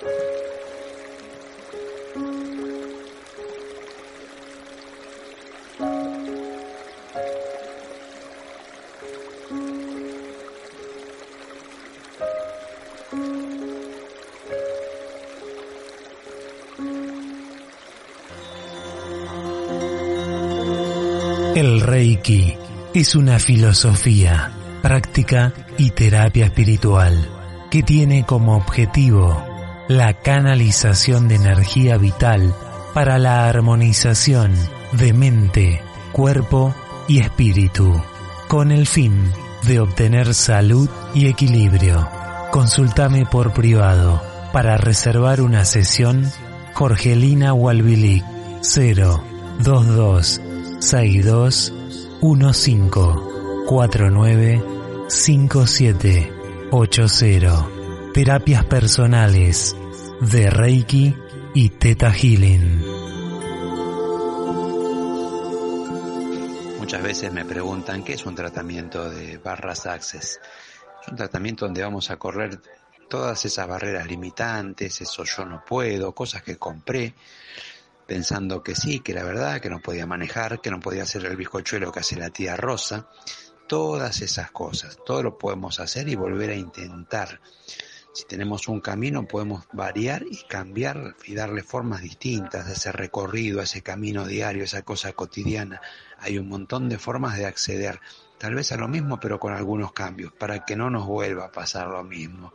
El Reiki es una filosofía, práctica y terapia espiritual que tiene como objetivo la canalización de energía vital para la armonización de mente, cuerpo y espíritu, con el fin de obtener salud y equilibrio. Consúltame por privado para reservar una sesión. Jorgelina Walbilic 022 62 15 49 57 80. Terapias personales de Reiki y Theta Healing. Muchas veces me preguntan qué es un tratamiento de barras Access. Es un tratamiento donde vamos a correr todas esas barreras limitantes, eso yo no puedo, cosas que compré pensando que sí, que era verdad, que no podía manejar, que no podía hacer el bizcochuelo que hace la tía Rosa. Todas esas cosas, todo lo podemos hacer y volver a intentar. Si tenemos un camino podemos variar y cambiar y darle formas distintas a ese recorrido, a ese camino diario, a esa cosa cotidiana. Hay un montón de formas de acceder, tal vez a lo mismo pero con algunos cambios, para que no nos vuelva a pasar lo mismo.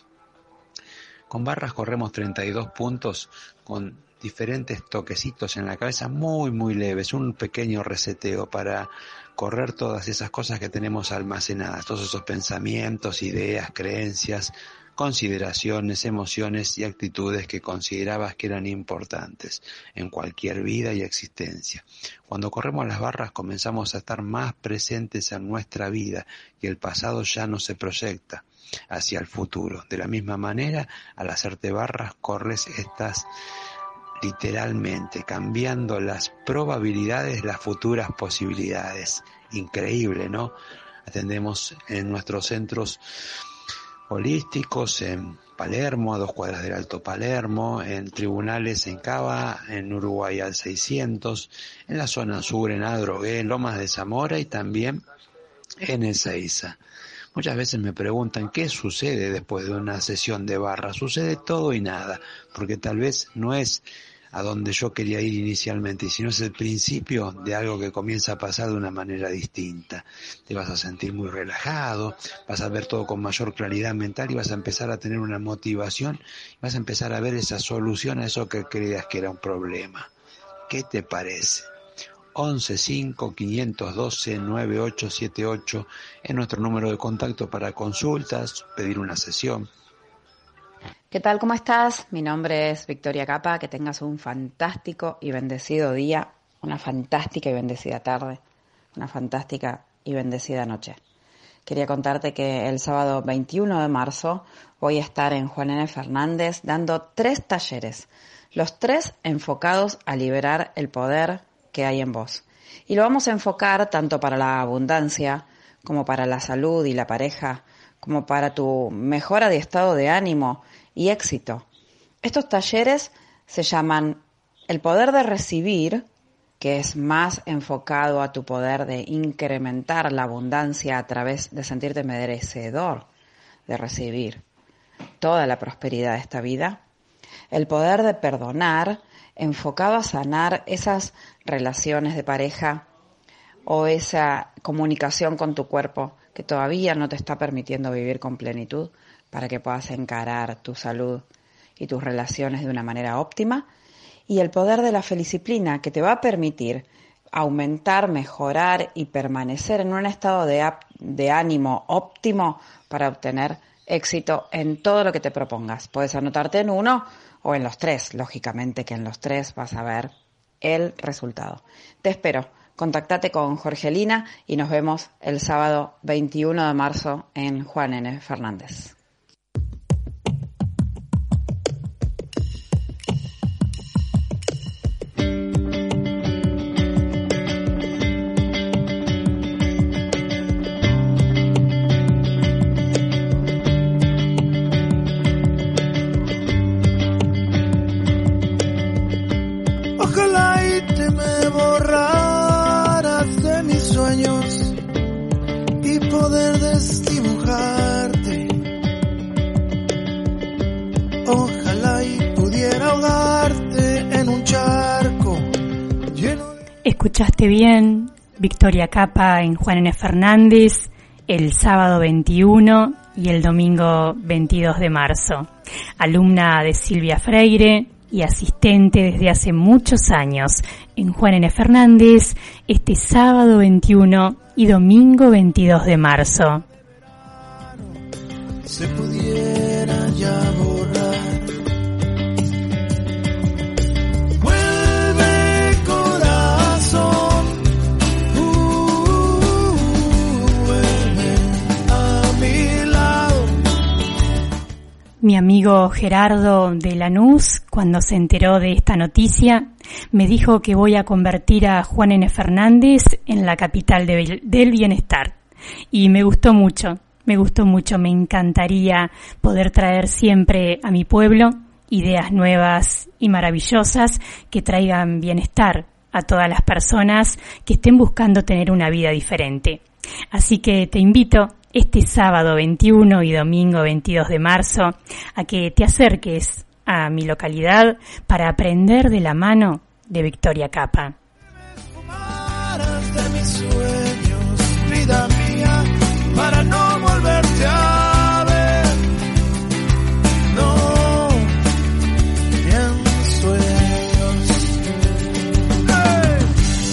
Con barras corremos 32 puntos con diferentes toquecitos en la cabeza muy muy leves, un pequeño reseteo para correr todas esas cosas que tenemos almacenadas, todos esos pensamientos, ideas, creencias, consideraciones, emociones y actitudes que considerabas que eran importantes en cualquier vida y existencia. Cuando corremos las barras comenzamos a estar más presentes en nuestra vida y el pasado ya no se proyecta hacia el futuro. De la misma manera, al hacerte barras estás literalmente cambiando las probabilidades, las futuras posibilidades. Increíble, ¿no? Atendemos en nuestros centros holísticos en Palermo, a 2 cuadras del Alto Palermo, en tribunales en Cava, en Uruguay al 600, en la zona sur, en Adrogué, en Lomas de Zamora y también en Ezeiza. Muchas veces me preguntan qué sucede después de una sesión de barra. Sucede todo y nada, porque tal vez no es a donde yo quería ir inicialmente, sino es el principio de algo que comienza a pasar de una manera distinta. Te vas a sentir muy relajado, vas a ver todo con mayor claridad mental y vas a empezar a tener una motivación, vas a empezar a ver esa solución a eso que creías que era un problema. ¿Qué te parece? 11-5-512-9878 es nuestro número de contacto para consultas, pedir una sesión. ¿Qué tal? ¿Cómo estás? Mi nombre es Victoria Capa. Que tengas un fantástico y bendecido día, una fantástica y bendecida tarde, una fantástica y bendecida noche. Quería contarte que el sábado 21 de marzo voy a estar en Juan N. Fernández dando 3 talleres, los 3 enfocados a liberar el poder que hay en vos. Y lo vamos a enfocar tanto para la abundancia, como para la salud y la pareja, como para tu mejora de estado de ánimo y éxito. Estos talleres se llaman El poder de recibir, que es más enfocado a tu poder de incrementar la abundancia a través de sentirte merecedor de recibir toda la prosperidad de esta vida. El poder de perdonar, enfocado a sanar esas relaciones de pareja o esa comunicación con tu cuerpo que todavía no te está permitiendo vivir con plenitud, para que puedas encarar tu salud y tus relaciones de una manera óptima. Y el poder de la feliciplina, que te va a permitir aumentar, mejorar y permanecer en un estado de ánimo óptimo para obtener éxito en todo lo que te propongas. Puedes anotarte en uno o en los 3, lógicamente que en los 3 vas a ver el resultado. Te espero. Contactate con Jorgelina y nos vemos el sábado 21 de marzo en Juan N. Fernández. Ojalá y pudiera ahogarte en un charco lleno de... Escuchaste bien, Victoria Capa en Juan N. Fernández, el sábado 21 y el domingo 22 de marzo. Alumna de Silvia Freire y asistente desde hace muchos años en Juan N. Fernández, este sábado 21 y domingo 22 de marzo. Se pudiera ya borrar. Vuelve corazón, vuelve a mi lado. Mi amigo Gerardo de Lanús, cuando se enteró de esta noticia, me dijo que voy a convertir a Juan N. Fernández en la capital del bienestar. Y me gustó mucho, me encantaría poder traer siempre a mi pueblo ideas nuevas y maravillosas que traigan bienestar a todas las personas que estén buscando tener una vida diferente. Así que te invito este sábado 21 y domingo 22 de marzo a que te acerques a mi localidad para aprender de la mano de Victoria Capa. De mis sueños, vida mía, para no volverte a ver. No, ni en sueños. ¡Hey!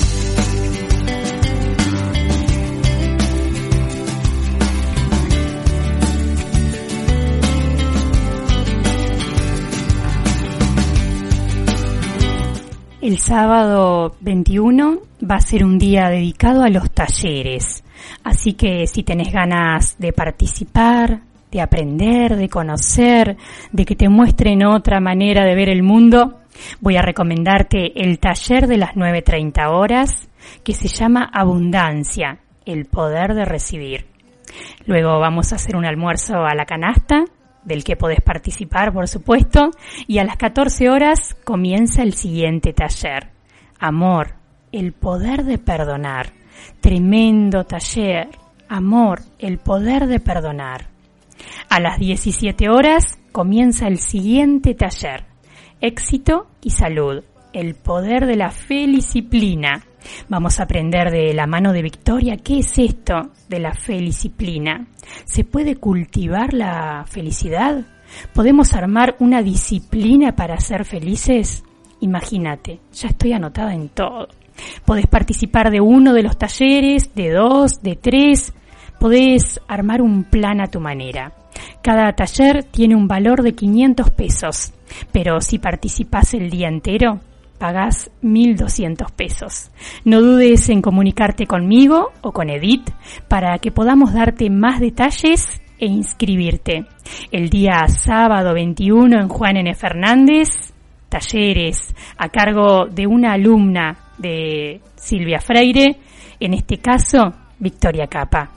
El sábado 21 va a ser un día dedicado a los talleres, así que si tenés ganas de participar, de aprender, de conocer, de que te muestren otra manera de ver el mundo, voy a recomendarte el taller de las 9:30 horas que se llama Abundancia, el poder de recibir. Luego vamos a hacer un almuerzo a la canasta, del que podés participar, por supuesto, y a las 14 horas comienza el siguiente taller. Amor, el poder de perdonar. Tremendo taller. Amor, el poder de perdonar. A las 17 horas comienza el siguiente taller. Éxito y salud, el poder de la felicdisciplina. Vamos a aprender de la mano de Victoria qué es esto de la felicdisciplina. ¿Se puede cultivar la felicidad? ¿Podemos armar una disciplina para ser felices? Imagínate, ya estoy anotada en todo. Podés participar de uno de los talleres, de 2, de 3. Podés armar un plan a tu manera. Cada taller tiene un valor de 500 pesos, pero si participás el día entero, pagás 1.200 pesos. No dudes en comunicarte conmigo o con Edith para que podamos darte más detalles e inscribirte. El día sábado 21 en Juan N. Fernández, talleres a cargo de una alumna de Silvia Freire, en este caso, Victoria Capa.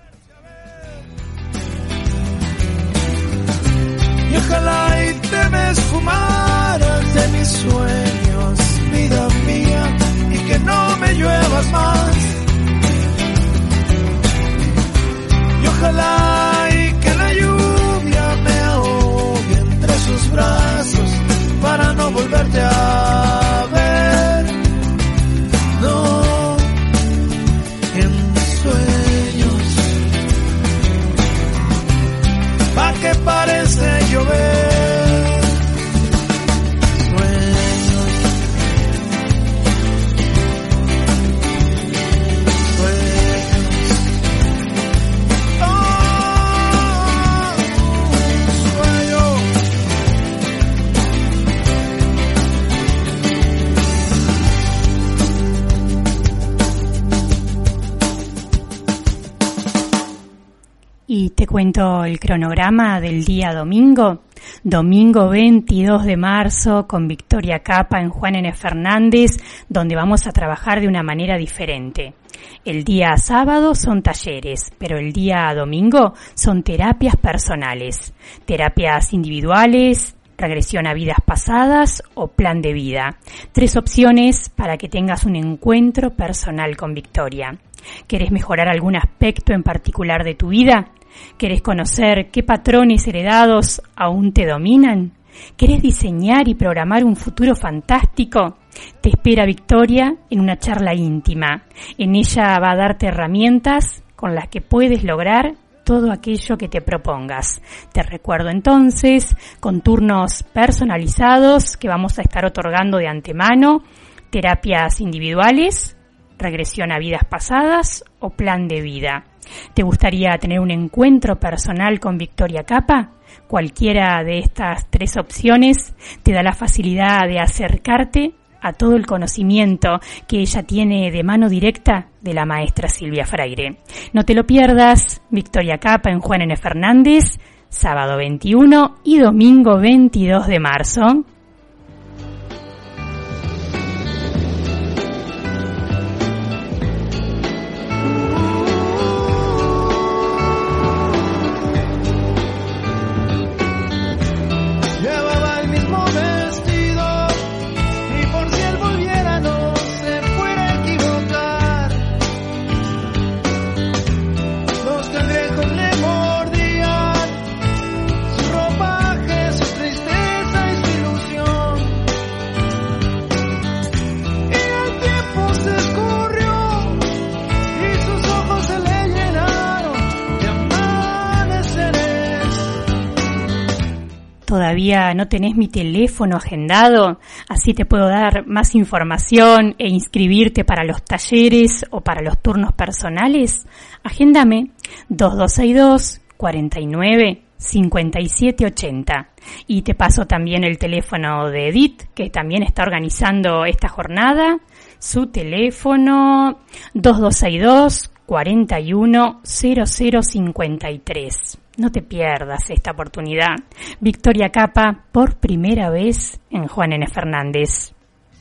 Y ojalá y te me esfumaras de mis sueños, vida mía, y que no me lluevas más. Y ojalá y que la lluvia me ahogue entre sus brazos para no volverte a ver. No, en sueños, pa' que parece llover. Y te cuento el cronograma del día domingo. Domingo 22 de marzo con Victoria Capa en Juan N. Fernández, donde vamos a trabajar de una manera diferente. El día sábado son talleres, pero el día domingo son terapias personales, terapias individuales, regresión a vidas pasadas o plan de vida. 3 opciones para que tengas un encuentro personal con Victoria. ¿Querés mejorar algún aspecto en particular de tu vida? ¿Querés conocer qué patrones heredados aún te dominan? ¿Querés diseñar y programar un futuro fantástico? Te espera Victoria en una charla íntima. En ella va a darte herramientas con las que puedes lograr todo aquello que te propongas. Te recuerdo entonces, con turnos personalizados que vamos a estar otorgando de antemano, terapias individuales, regresión a vidas pasadas o plan de vida. ¿Te gustaría tener un encuentro personal con Victoria Capa? Cualquiera de estas 3 opciones te da la facilidad de acercarte a todo el conocimiento que ella tiene de mano directa de la maestra Silvia Freire. No te lo pierdas, Victoria Capa en Juan N. Fernández, sábado 21 y domingo 22 de marzo. ¿Todavía no tenés mi teléfono agendado? Así te puedo dar más información e inscribirte para los talleres o para los turnos personales. Agéndame 2262 49 57 80. Y te paso también el teléfono de Edith, que también está organizando esta jornada. Su teléfono 2262 41 0053. No te pierdas esta oportunidad. Victoria Capa, por primera vez en Juan N. Fernández.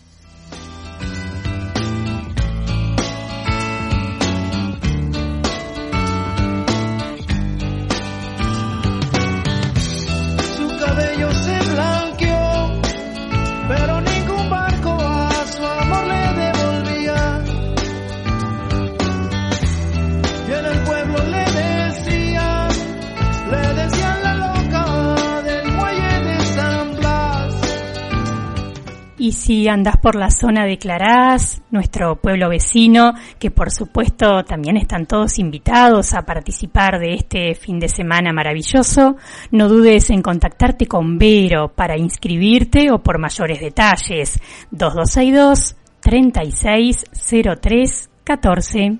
Su cabello se blanqueó, pero ningún barco a su amor le devolvía. Y en el pueblo le decían la loca del muelle de San Blas. Y si andás por la zona de Clarás, nuestro pueblo vecino, que por supuesto también están todos invitados a participar de este fin de semana maravilloso, no dudes en contactarte con Vero para inscribirte o por mayores detalles. 2262 3603 14.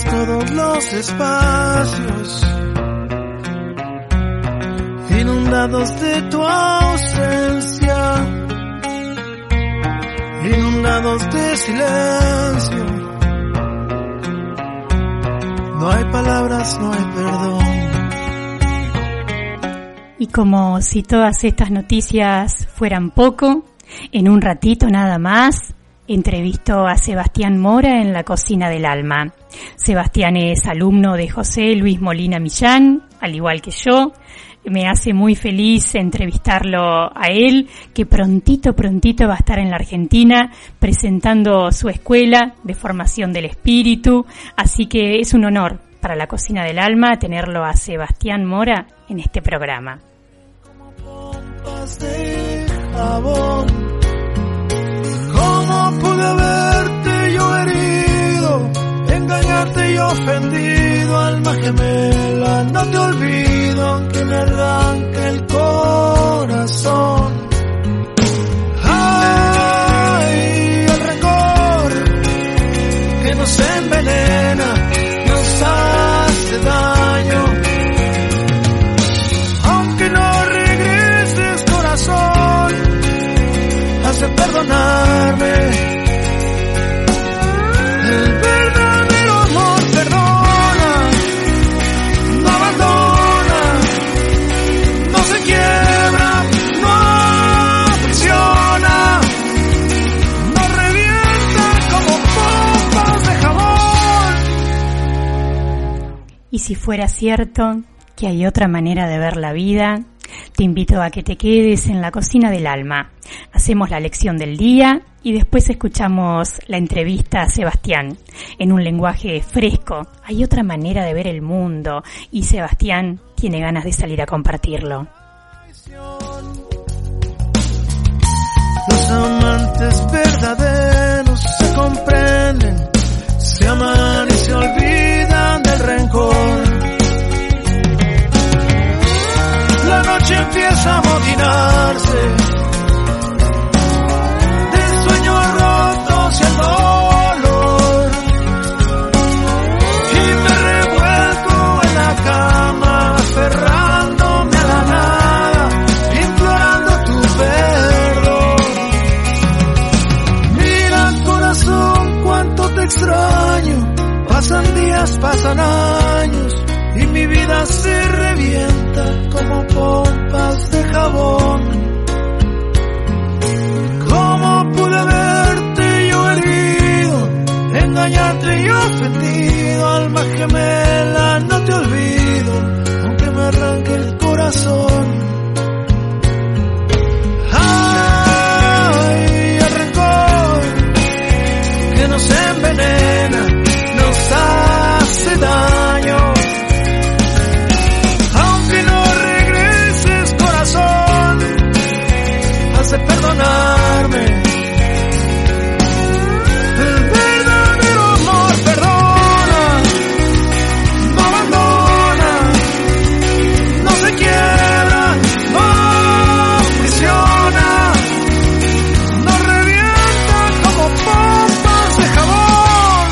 llenes todos los espacios, inundados de tu ausencia, inundados de silencio. No hay palabras, no hay perdón. Y como si todas estas noticias fueran poco, en un ratito nada más, entrevistó a Sebastián Mora en La Cocina del Alma. Sebastián es alumno de José Luis Molina Millán, al igual que yo. Me hace muy feliz entrevistarlo a él, que prontito va a estar en la Argentina presentando su escuela de formación del espíritu. Así que es un honor para La Cocina del Alma tenerlo a Sebastián Mora en este programa. De jabón, ¿cómo pude haberte yo herido, engañarte y ofendido? Alma gemela, no te olvido, aunque me arranque el corazón. Ay, el rencor que nos envenena, nos hace daño, aunque no regreses corazón, hace perdonarme. El verdadero amor perdona, no abandona, no se quiebra, no aprisiona, no revienta como pompas de jabón. Y si fuera cierto que hay otra manera de ver la vida, te invito a que te quedes en La Cocina del Alma. Hacemos la lección del día y después escuchamos la entrevista a Sebastián en un lenguaje fresco. Hay otra manera de ver el mundo y Sebastián tiene ganas de salir a compartirlo. Los amantes verdaderos se comprenden, se aman y se olvidan del rencor. La noche empieza a amotinarse, de sueños rotos y el dolor, y me revuelco en la cama, aferrándome a la nada, implorando tu perdón. Mira, corazón, cuánto te extraño, pasan días, pasan años, y mi vida se revienta como pompas de jabón. ¿Cómo pude haberte yo herido, engañarte y ofendido? Alma gemela, no te olvido, aunque me arranque el corazón. Ay, el rencor que nos envenena, nos hace daño. Hace perdonarme. El verdadero amor perdona, no abandona, no se quiebra, no aprisiona, no revienta como pompas de jabón.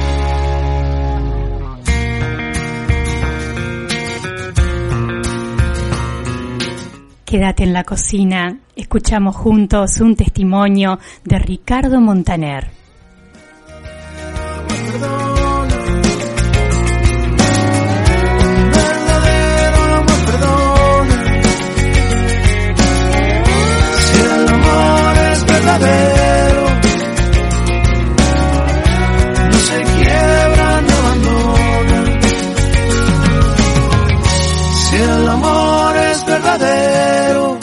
Quédate en la cocina. Escuchamos juntos un testimonio de Ricardo Montaner. Verdadero amor perdona. Si el amor es verdadero, no se quiebra, no abandona. Si el amor es verdadero,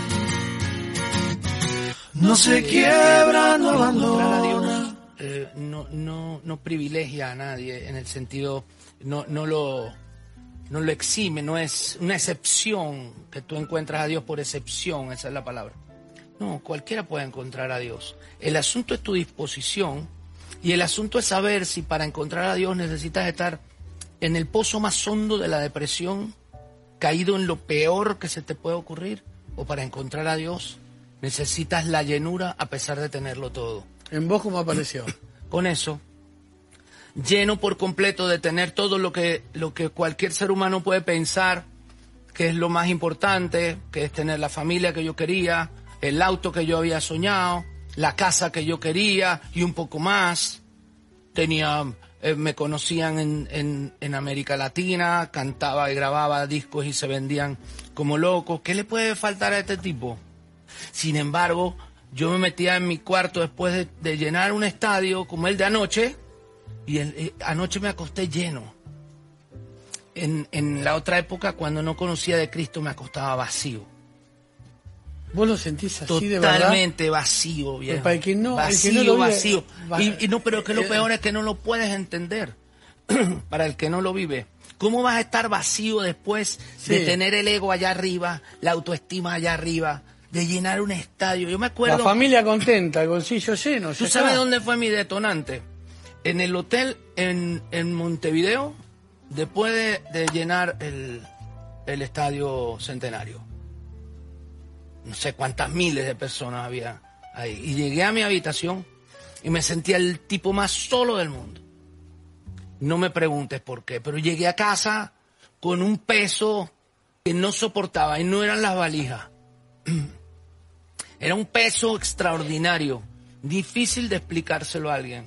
no se quiebra, no abandona. A Dios, no privilegia a nadie en el sentido, no lo exime, no es una excepción que tú encuentras a Dios por excepción, esa es la palabra. No, cualquiera puede encontrar a Dios. El asunto es tu disposición y el asunto es saber si para encontrar a Dios necesitas estar en el pozo más hondo de la depresión, caído en lo peor que se te puede ocurrir, o para encontrar a Dios necesitas la llenura a pesar de tenerlo todo. ¿En vos cómo apareció? Con eso, lleno por completo de tener todo lo que cualquier ser humano puede pensar que es lo más importante, que es tener la familia que yo quería, el auto que yo había soñado, la casa que yo quería y un poco más. Me conocían en América Latina, cantaba y grababa discos y se vendían como locos. ¿Qué le puede faltar a este tipo? Sin embargo, yo me metía en mi cuarto después de llenar un estadio como el de anoche, y anoche me acosté lleno. En la otra época, cuando no conocía de Cristo, me acostaba vacío. ¿Vos lo sentís así de verdad? Totalmente vacío, viejo. Para el que no, vacío, vacío. Pero que lo peor es que no lo puedes entender. Para el que no lo vive. ¿Cómo vas a estar vacío después de tener el ego allá arriba, la autoestima allá arriba, de llenar un estadio? Yo me acuerdo... La familia contenta, el bolsillo lleno. ¿Tú sabes dónde fue mi detonante? En el hotel en Montevideo, después de llenar el estadio Centenario. No sé cuántas miles de personas había ahí. Y llegué a mi habitación y me sentía el tipo más solo del mundo. No me preguntes por qué, pero llegué a casa con un peso que no soportaba y no eran las valijas. Era un peso extraordinario, difícil de explicárselo a alguien.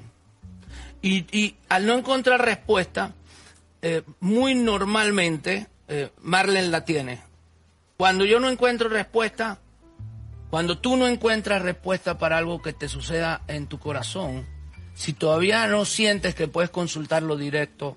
Y al no encontrar respuesta, muy normalmente Marlene la tiene. Cuando yo no encuentro respuesta, cuando tú no encuentras respuesta para algo que te suceda en tu corazón, si todavía no sientes que puedes consultarlo directo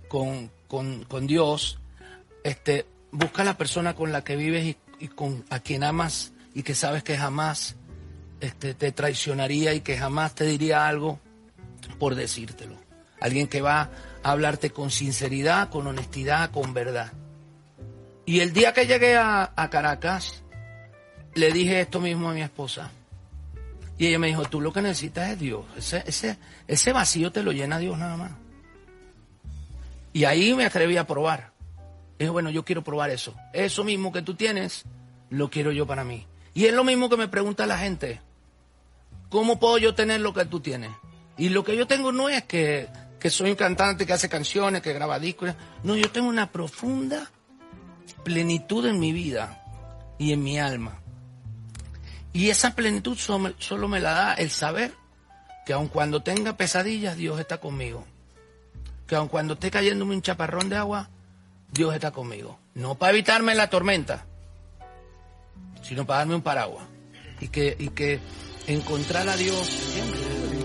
con Dios, busca a la persona con la que vives y a quien amas y que sabes que jamás te traicionaría y que jamás te diría algo por decírtelo. Alguien que va a hablarte con sinceridad, con honestidad, con verdad. Y el día que llegué a Caracas, le dije esto mismo a mi esposa. Y ella me dijo, tú lo que necesitas es Dios. Ese vacío te lo llena Dios nada más. Y ahí me atreví a probar. Dije, bueno, yo quiero probar eso. Eso mismo que tú tienes, lo quiero yo para mí. Y es lo mismo que me pregunta la gente. ¿Cómo puedo yo tener lo que tú tienes? Y lo que yo tengo no es que soy un cantante que hace canciones, que graba discos. No, yo tengo una profunda plenitud en mi vida y en mi alma. Y esa plenitud solo me la da el saber que aun cuando tenga pesadillas, Dios está conmigo. Que aun cuando esté cayéndome un chaparrón de agua, Dios está conmigo. No para evitarme la tormenta, sino para darme un paraguas. Y que encontrar a Dios siempre.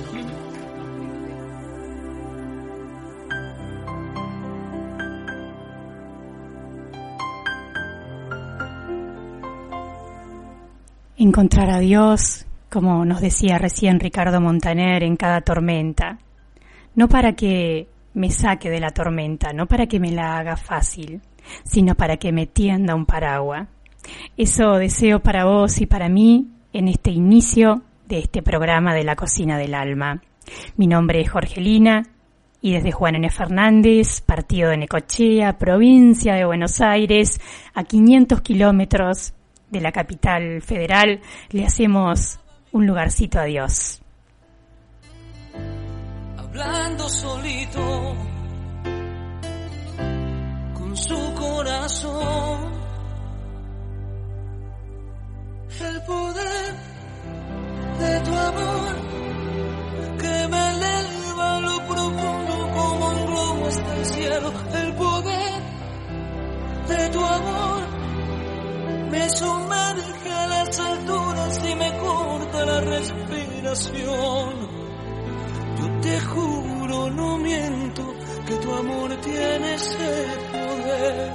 Encontrar a Dios, como nos decía recién Ricardo Montaner, en cada tormenta. No para que me saque de la tormenta, no para que me la haga fácil, sino para que me tienda un paraguas. Eso deseo para vos y para mí en este inicio de este programa de La Cocina del Alma. Mi nombre es Jorgelina y desde Juan N. Fernández, partido de Necochea, provincia de Buenos Aires, a 500 kilómetros de la capital federal, le hacemos un lugarcito a Dios. Hablando solito con su corazón, el poder de tu amor que me eleva a lo profundo como un globo hasta el cielo, el poder de tu amor me sumerge a las alturas y me corta la respiración. Yo te juro, no miento, que tu amor tiene ese poder.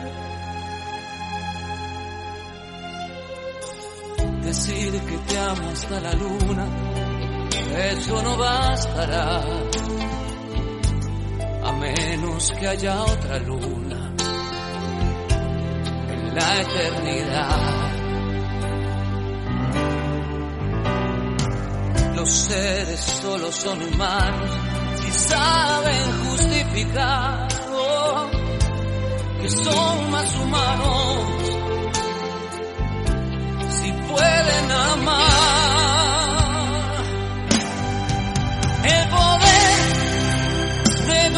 Decir que te amo hasta la luna, eso no bastará, a menos que haya otra luna la eternidad. Los seres solo son humanos si saben justificar que son más humanos, si pueden amar. El poder de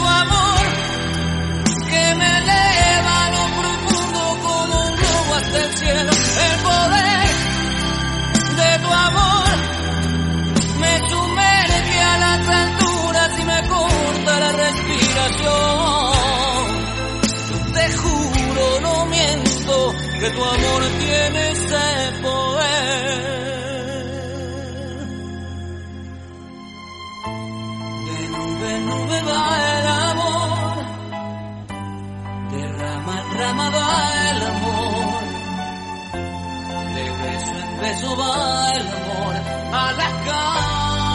de eso va el amor a la cama.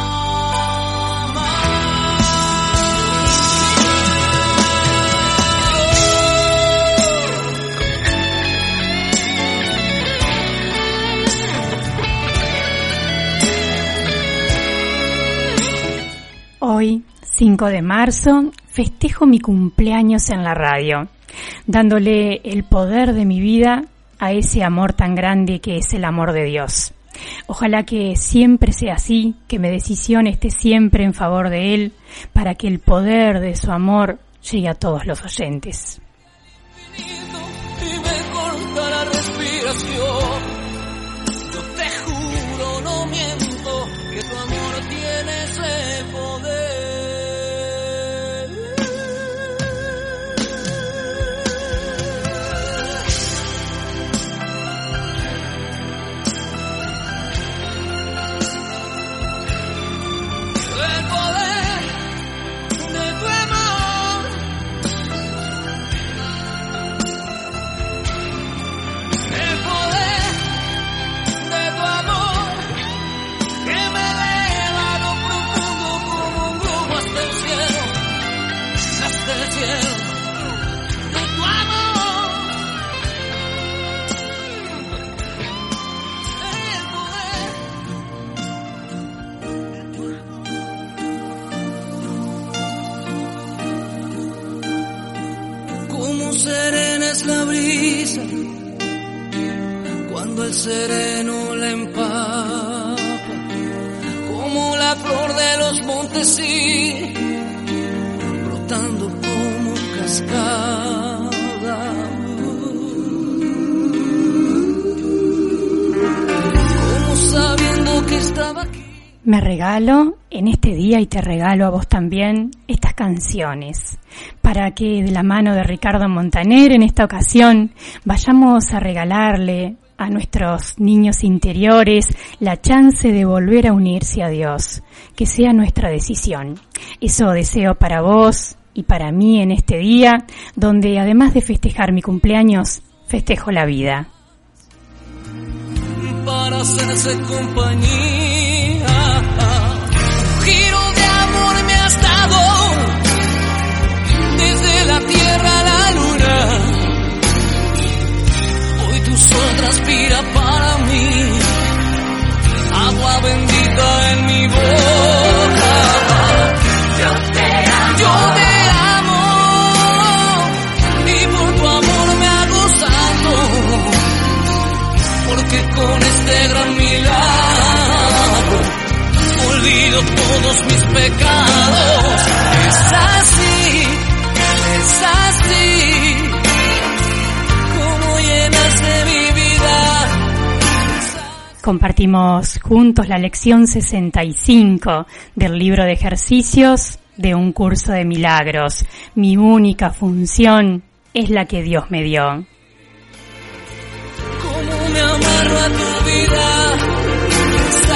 Hoy, 5 de marzo, festejo mi cumpleaños en la radio, dándole el poder de mi vida a ese amor tan grande que es el amor de Dios. Ojalá que siempre sea así, que mi decisión esté siempre en favor de Él, para que el poder de su amor llegue a todos los oyentes. Y me corta la respiración. Yo te juro, no miento, que tu amor tiene ese poder. El poder de tu amor. El poder de tu amor que me eleva a lo profundo como un globo hasta el cielo, de tu amor. El poder. Como serena es la brisa cuando el sereno la empapa, como la flor de los montes, sí, brotando como cascada. Como sabiendo que estaba aquí. Me regalo en este día y te regalo a vos también estas canciones para que de la mano de Ricardo Montaner en esta ocasión vayamos a regalarle a nuestros niños interiores la chance de volver a unirse a Dios, que sea nuestra decisión. Eso deseo para vos y para mí en este día, donde además de festejar mi cumpleaños, festejo la vida. Para hacerse compañía, un giro de amor me has dado, desde la tierra a la luna. Hoy tu sol transpira para mí, agua bendita en mi boca. Yo te amo, y por tu amor me hago santo, porque con este gran milagro olvido todos mis pecados. Es así como llenaste mi vida. Compartimos juntos la lección 65 del libro de ejercicios de un curso de milagros. Mi única función es la que Dios me dio. Como me amarro a tu vida, es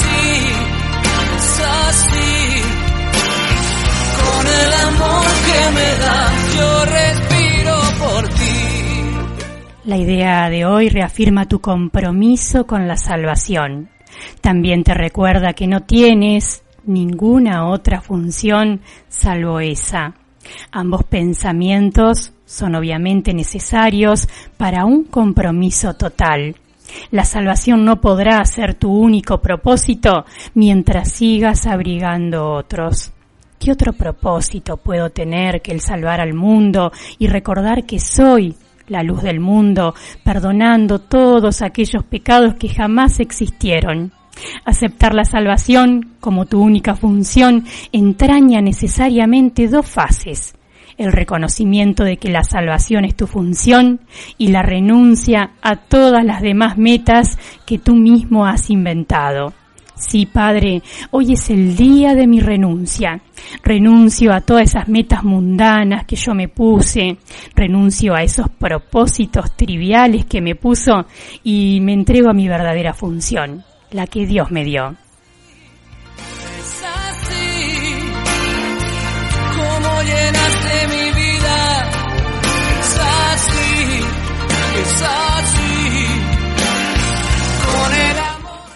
así, con el amor que me das, yo respiro por ti. La idea de hoy reafirma tu compromiso con la salvación. También te recuerda que no tienes ninguna otra función salvo esa. Ambos pensamientos son obviamente necesarios para un compromiso total. La salvación no podrá ser tu único propósito mientras sigas abrigando otros. ¿Qué otro propósito puedo tener que el salvar al mundo y recordar que soy la luz del mundo, perdonando todos aquellos pecados que jamás existieron? Aceptar la salvación como tu única función entraña necesariamente dos fases: el reconocimiento de que la salvación es tu función y la renuncia a todas las demás metas que tú mismo has inventado. Sí, Padre, hoy es el día de mi renuncia. Renuncio a todas esas metas mundanas que yo me puse, renuncio a esos propósitos triviales que me puso y me entrego a mi verdadera función, la que Dios me dio. Es así como llenaste mi vida, es así, con el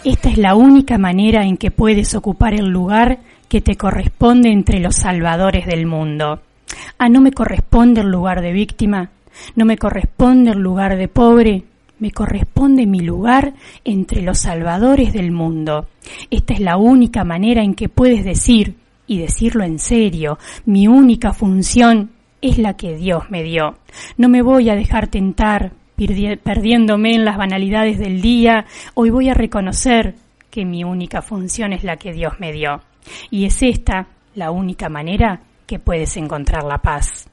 Esta es la única manera en que puedes ocupar el lugar que te corresponde entre los salvadores del mundo. No me corresponde el lugar de víctima, no me corresponde el lugar de pobre, me corresponde mi lugar entre los salvadores del mundo. Esta es la única manera en que puedes decir, y decirlo en serio, mi única función es la que Dios me dio. No me voy a dejar tentar perdiéndome en las banalidades del día. Hoy voy a reconocer que mi única función es la que Dios me dio. Y es esta la única manera que puedes encontrar la paz.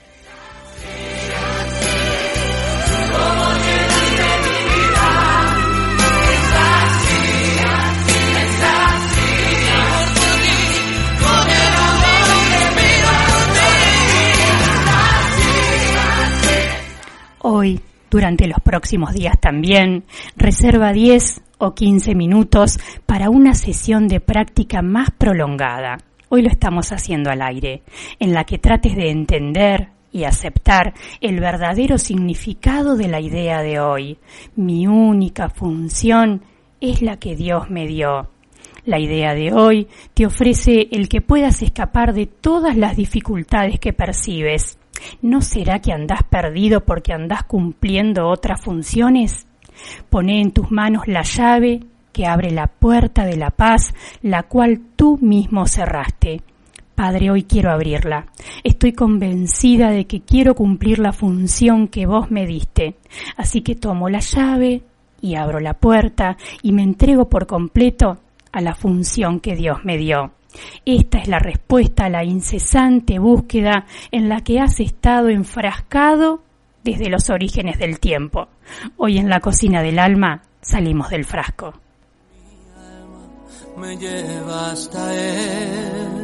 Hoy, durante los próximos días también, reserva 10 o 15 minutos para una sesión de práctica más prolongada. Hoy lo estamos haciendo al aire, en la que trates de entender y aceptar el verdadero significado de la idea de hoy. Mi única función es la que Dios me dio. La idea de hoy te ofrece el que puedas escapar de todas las dificultades que percibes. ¿No será que andás perdido porque andás cumpliendo otras funciones? Poné en tus manos la llave que abre la puerta de la paz, la cual tú mismo cerraste. Padre, hoy quiero abrirla. Estoy convencida de que quiero cumplir la función que vos me diste. Así que tomo la llave y abro la puerta y me entrego por completo a la función que Dios me dio. Esta es la respuesta a la incesante búsqueda en la que has estado enfrascado desde los orígenes del tiempo. Hoy en la cocina del alma salimos del frasco. Me lleva hasta él,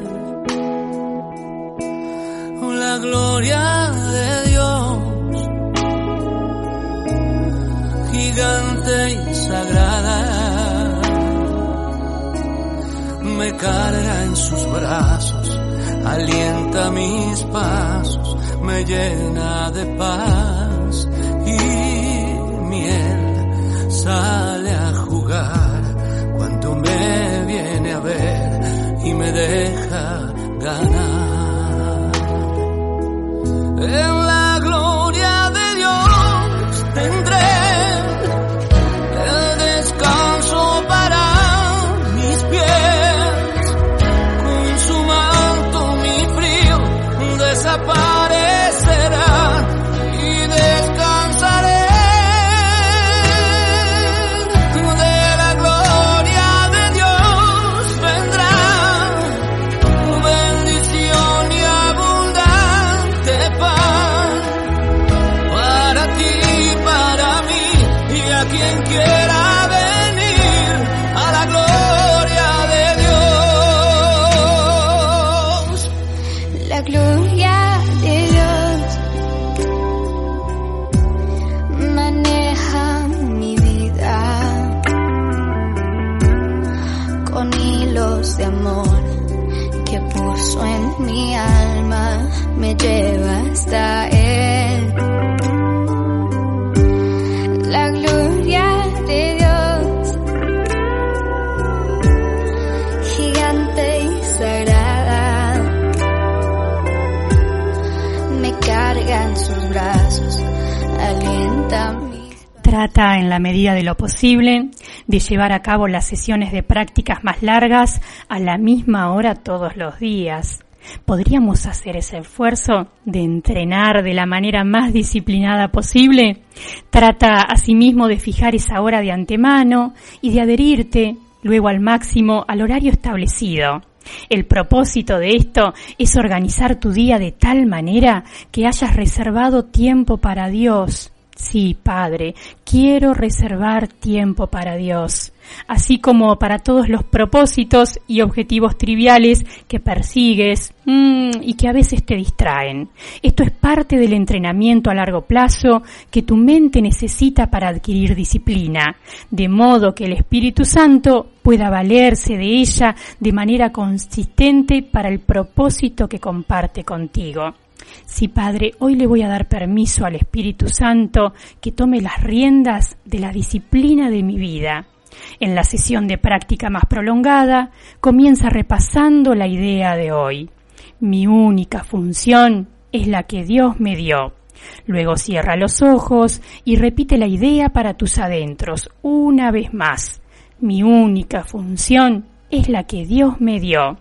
la gloria de Dios, gigante y sagrada, me carga en sus brazos, alienta mis pasos, me llena de paz y miel, sale a jugar cuando me viene a ver y me deja ganar. En la gloria de Dios tendré el descanso para mis pies, con su manto mi frío desaparecerá y descansaré. Quien quiera venir a la gloria de Dios. La gloria de Dios maneja mi vida con hilos de amor que puso en mi alma, me lleva hasta Él. La gloria de Dios, gigante y sagrada, me carga en sus brazos, alienta mi... Trata, en la medida de lo posible, de llevar a cabo las sesiones de prácticas más largas a la misma hora todos los días. ¿Podríamos hacer ese esfuerzo de entrenar de la manera más disciplinada posible? Trata asimismo de fijar esa hora de antemano y de adherirte luego al máximo al horario establecido. El propósito de esto es organizar tu día de tal manera que hayas reservado tiempo para Dios. Sí, Padre, quiero reservar tiempo para Dios, así como para todos los propósitos y objetivos triviales que persigues y que a veces te distraen. Esto es parte del entrenamiento a largo plazo que tu mente necesita para adquirir disciplina, de modo que el Espíritu Santo pueda valerse de ella de manera consistente para el propósito que comparte contigo. Sí, Padre, hoy le voy a dar permiso al Espíritu Santo que tome las riendas de la disciplina de mi vida. En la sesión de práctica más prolongada, comienza repasando la idea de hoy. Mi única función es la que Dios me dio. Luego cierra los ojos y repite la idea para tus adentros una vez más. Mi única función es la que Dios me dio.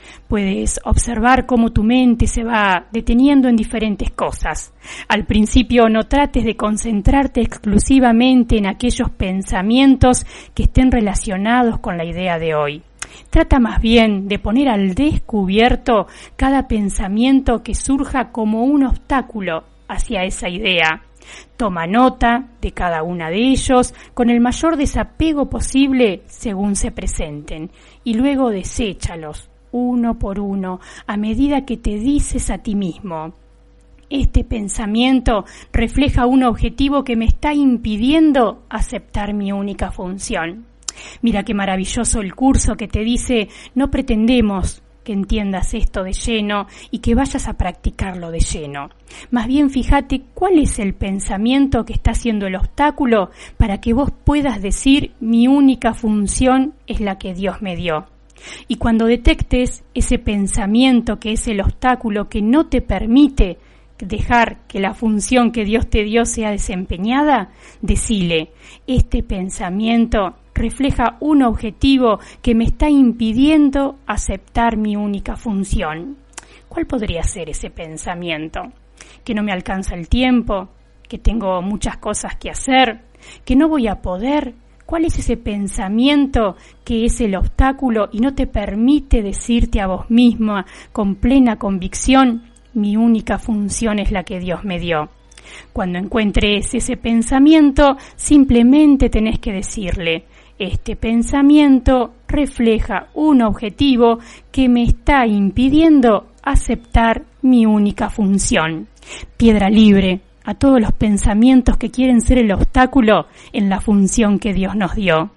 Puedes observar cómo tu mente se va deteniendo en diferentes cosas. Al principio no trates de concentrarte exclusivamente en aquellos pensamientos que estén relacionados con la idea de hoy. Trata más bien de poner al descubierto cada pensamiento que surja como un obstáculo hacia esa idea. Toma nota de cada uno de ellos con el mayor desapego posible según se presenten y luego deséchalos uno por uno a medida que te dices a ti mismo: este pensamiento refleja un objetivo que me está impidiendo aceptar mi única función. Mira qué maravilloso el curso que te dice: no pretendemos que entiendas esto de lleno y que vayas a practicarlo de lleno. Más bien fíjate cuál es el pensamiento que está siendo el obstáculo para que vos puedas decir: mi única función es la que Dios me dio. Y cuando detectes ese pensamiento que es el obstáculo que no te permite dejar que la función que Dios te dio sea desempeñada, decile: este pensamiento refleja un objetivo que me está impidiendo aceptar mi única función. ¿Cuál podría ser ese pensamiento? Que no me alcanza el tiempo, que tengo muchas cosas que hacer, que no voy a poder. ¿Cuál es ese pensamiento que es el obstáculo y no te permite decirte a vos misma con plena convicción: mi única función es la que Dios me dio? Cuando encuentres ese pensamiento, simplemente tenés que decirle: este pensamiento refleja un objetivo que me está impidiendo aceptar mi única función. Piedra libre a todos los pensamientos que quieren ser el obstáculo en la función que Dios nos dio.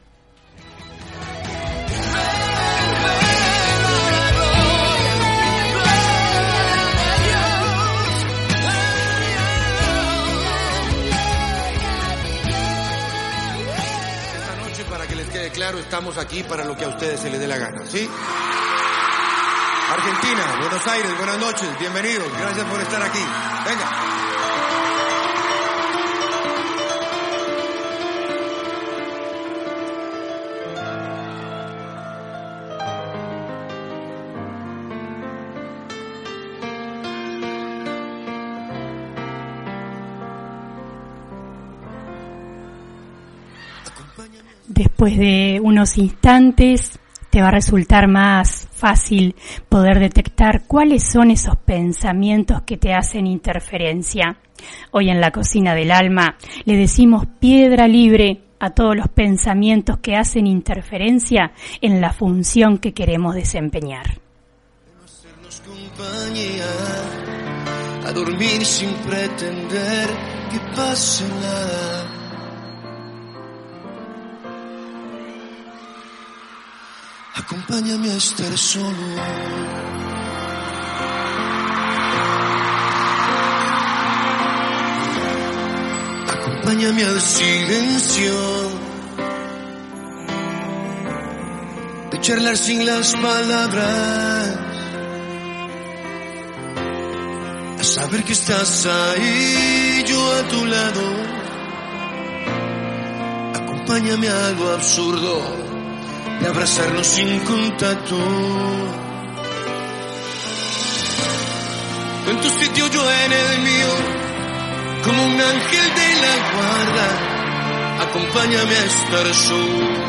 Esta noche, para que les quede claro, estamos aquí para lo que a ustedes se les dé la gana, ¿sí? Argentina, Buenos Aires, buenas noches, bienvenidos, gracias por estar aquí. Venga. Después de unos instantes te va a resultar más fácil poder detectar cuáles son esos pensamientos que te hacen interferencia. Hoy en la cocina del alma le decimos piedra libre a todos los pensamientos que hacen interferencia en la función que queremos desempeñar. Hacernos compañía, a dormir sin pretender que pase nada. Acompáñame a estar solo. Acompáñame al silencio de charlar sin las palabras, a saber que estás ahí, yo a tu lado. Acompáñame a algo absurdo de abrazarnos sin contacto. Tú en tu sitio, yo en el mío, como un ángel de la guarda. Acompáñame a estar solo.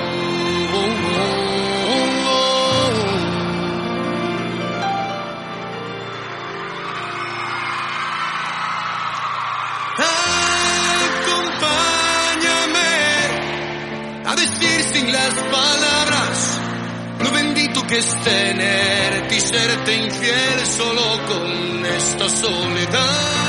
Acompáñame a decir sin las palabras lo bendito que es tenerte y serte infiel solo con esta soledad.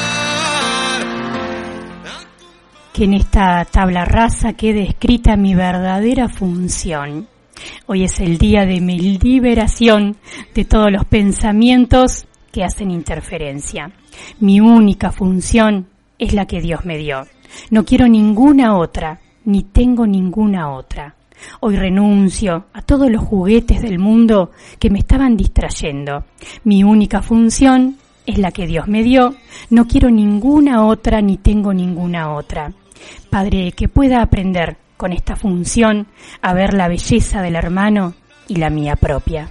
Que en esta tabla rasa quede escrita mi verdadera función. Hoy es el día de mi liberación de todos los pensamientos que hacen interferencia. Mi única función es la que Dios me dio. No quiero ninguna otra, ni tengo ninguna otra. Hoy renuncio a todos los juguetes del mundo que me estaban distrayendo. Mi única función es la que Dios me dio. No quiero ninguna otra ni tengo ninguna otra. Padre, que pueda aprender con esta función a ver la belleza del hermano y la mía propia.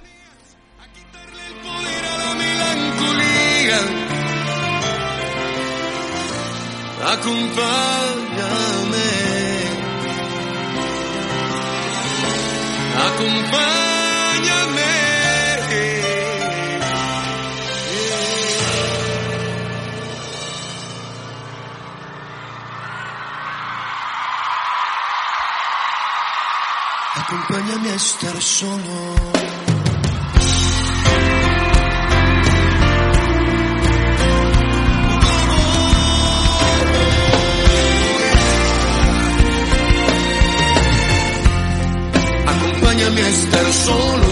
Acompáñame, acompáñame. Acompáñame a estar solo. Acompáñame a estar solo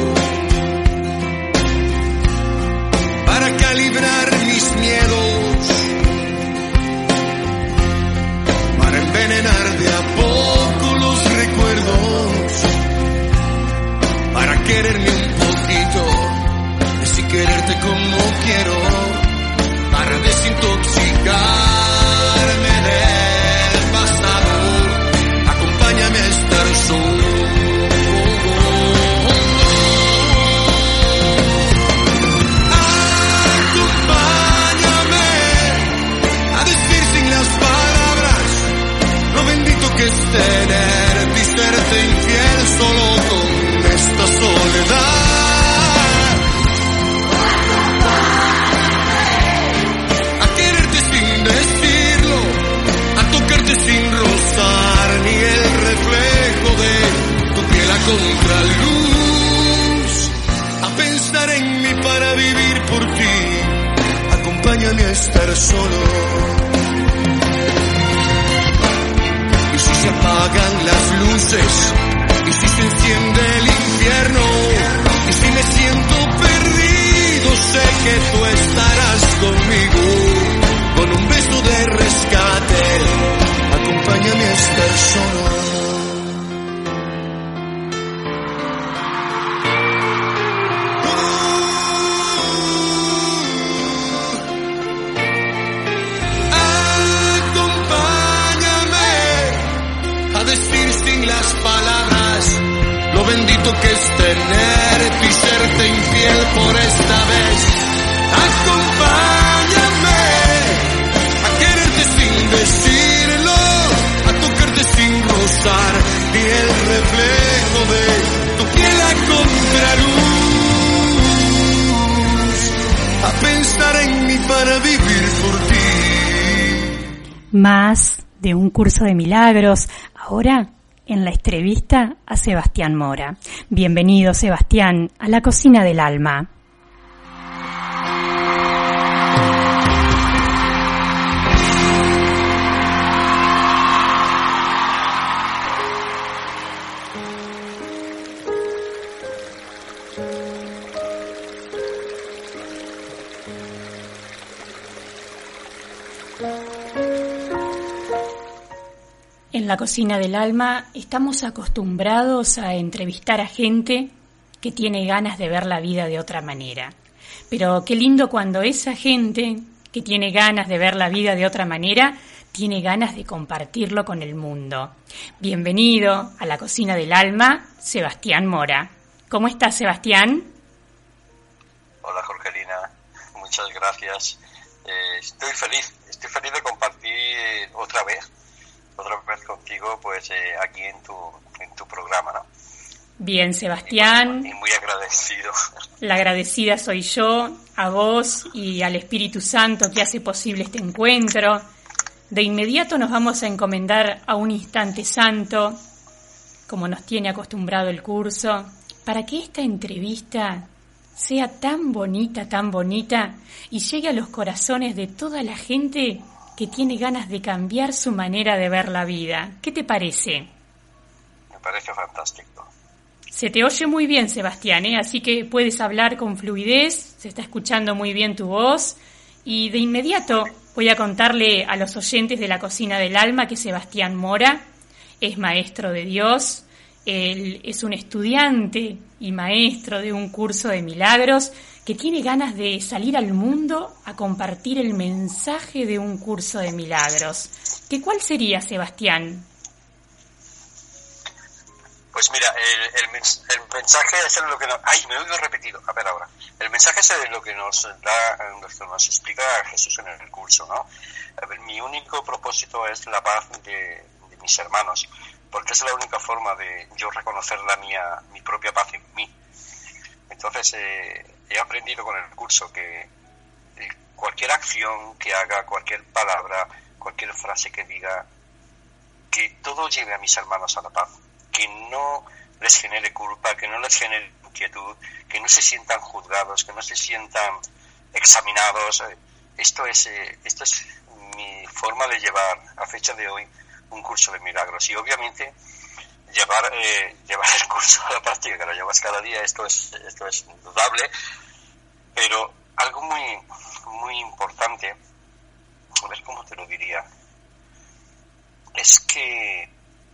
para calibrar mis miedos, para envenenar de a poco los recuerdos, para quererme un poquito, así quererte como quiero, para desintoxicarme del pasado. Acompáñame a estar solo. Que es tenerte y serte infiel solo con esta soledad. A quererte sin decirlo, a tocarte sin rozar ni el reflejo de tu piel a contraluz, a pensar en mí para vivir por ti. Acompáñame a estar solo. Y si se apagan las luces, y si se enciende el infierno, y si me siento perdido, sé que tú estarás conmigo, con un beso de rescate. Acompáñame a estar solo. Bendito que es tenerte y serte infiel por esta vez. Acompáñame a quererte sin decirlo, a tocarte sin rozar ni el reflejo de tu piel a contraluz, a pensar en mí para vivir por ti. Más de un curso de milagros, ahora en la entrevista a Sebastián Mora. Bienvenido, Sebastián, a la cocina del alma. En la cocina del alma estamos acostumbrados a entrevistar a gente que tiene ganas de ver la vida de otra manera. Pero qué lindo cuando esa gente que tiene ganas de ver la vida de otra manera tiene ganas de compartirlo con el mundo. Bienvenido a la cocina del alma, Sebastián Mora. ¿Cómo estás, Sebastián? Hola, Jorgelina. Muchas gracias. Estoy feliz de compartir otra vez contigo, pues aquí en tu programa, ¿no? Bien, Sebastián. Y muy agradecido. La agradecida soy yo, a vos y al Espíritu Santo que hace posible este encuentro. De inmediato nos vamos a encomendar a un instante santo, como nos tiene acostumbrado el curso, para que esta entrevista sea tan bonita y llegue a los corazones de toda la gente que tiene ganas de cambiar su manera de ver la vida. ¿Qué te parece? Me parece fantástico. Se te oye muy bien, Sebastián, así que puedes hablar con fluidez, se está escuchando muy bien tu voz, y de inmediato voy a contarle a los oyentes de la Cocina del Alma que Sebastián Mora es maestro de Dios, Él es un estudiante y maestro de un curso de milagros que tiene ganas de salir al mundo a compartir el mensaje de un curso de milagros. ¿Cuál sería, Sebastián? Pues mira, el mensaje es lo que nos... ¡Ay, me he oído repetido! A ver ahora. El mensaje es lo que nos da, lo que nos explica Jesús en el curso, ¿no? A ver, mi único propósito es la paz de mis hermanos, porque es la única forma de yo reconocer mi propia paz en mí. Entonces, he aprendido con el curso que cualquier acción que haga, cualquier palabra, cualquier frase que diga, que todo lleve a mis hermanos a la paz, que no les genere culpa, que no les genere inquietud, que no se sientan juzgados, que no se sientan examinados. Esto es mi forma de llevar a fecha de hoy un curso de milagros, y obviamente llevar el curso a la práctica, que lo llevas cada día, esto es indudable, pero algo muy, muy importante, a ver cómo te lo diría, es que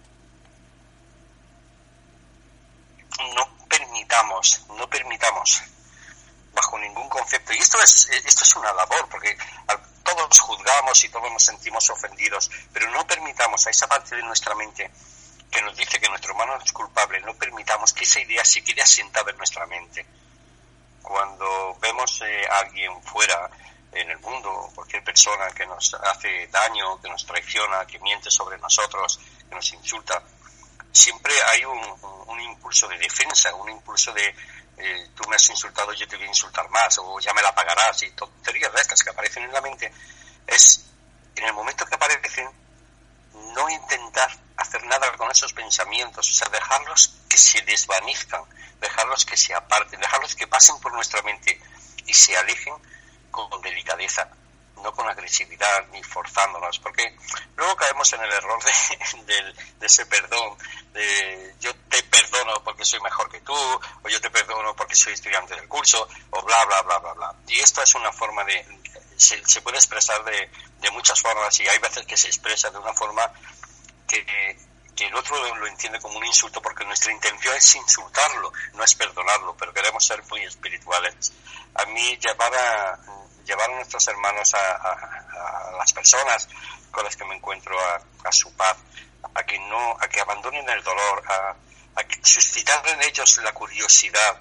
no permitamos bajo ningún concepto, y esto es una labor, porque todos juzgamos y todos nos sentimos ofendidos, pero no permitamos a esa parte de nuestra mente que nos dice que nuestro hermano es culpable, no permitamos que esa idea se quede asentada en nuestra mente. Cuando vemos a alguien fuera en el mundo, cualquier persona que nos hace daño, que nos traiciona, que miente sobre nosotros, que nos insulta, siempre hay un impulso de defensa, un impulso de tú me has insultado, yo te voy a insultar más, o ya me la pagarás, y tonterías de estas que aparecen en la mente. Es en el momento que aparecen, no intentar hacer nada con esos pensamientos, o sea, dejarlos que se desvanezcan, dejarlos que se aparten, dejarlos que pasen por nuestra mente y se alejen con delicadeza, no con agresividad ni forzándonos, porque luego caemos en el error de ese perdón, de yo te perdono porque soy mejor que tú, o yo te perdono porque soy estudiante del curso, o bla, bla, bla, bla, bla. Y esto es una forma se puede expresar de muchas formas, y hay veces que se expresa de una forma que el otro lo entiende como un insulto, porque nuestra intención es insultarlo, no es perdonarlo, pero queremos ser muy espirituales. A mí llevar a nuestros hermanos, a las personas con las que me encuentro, a su paz, a que abandonen el dolor, a suscitar en ellos la curiosidad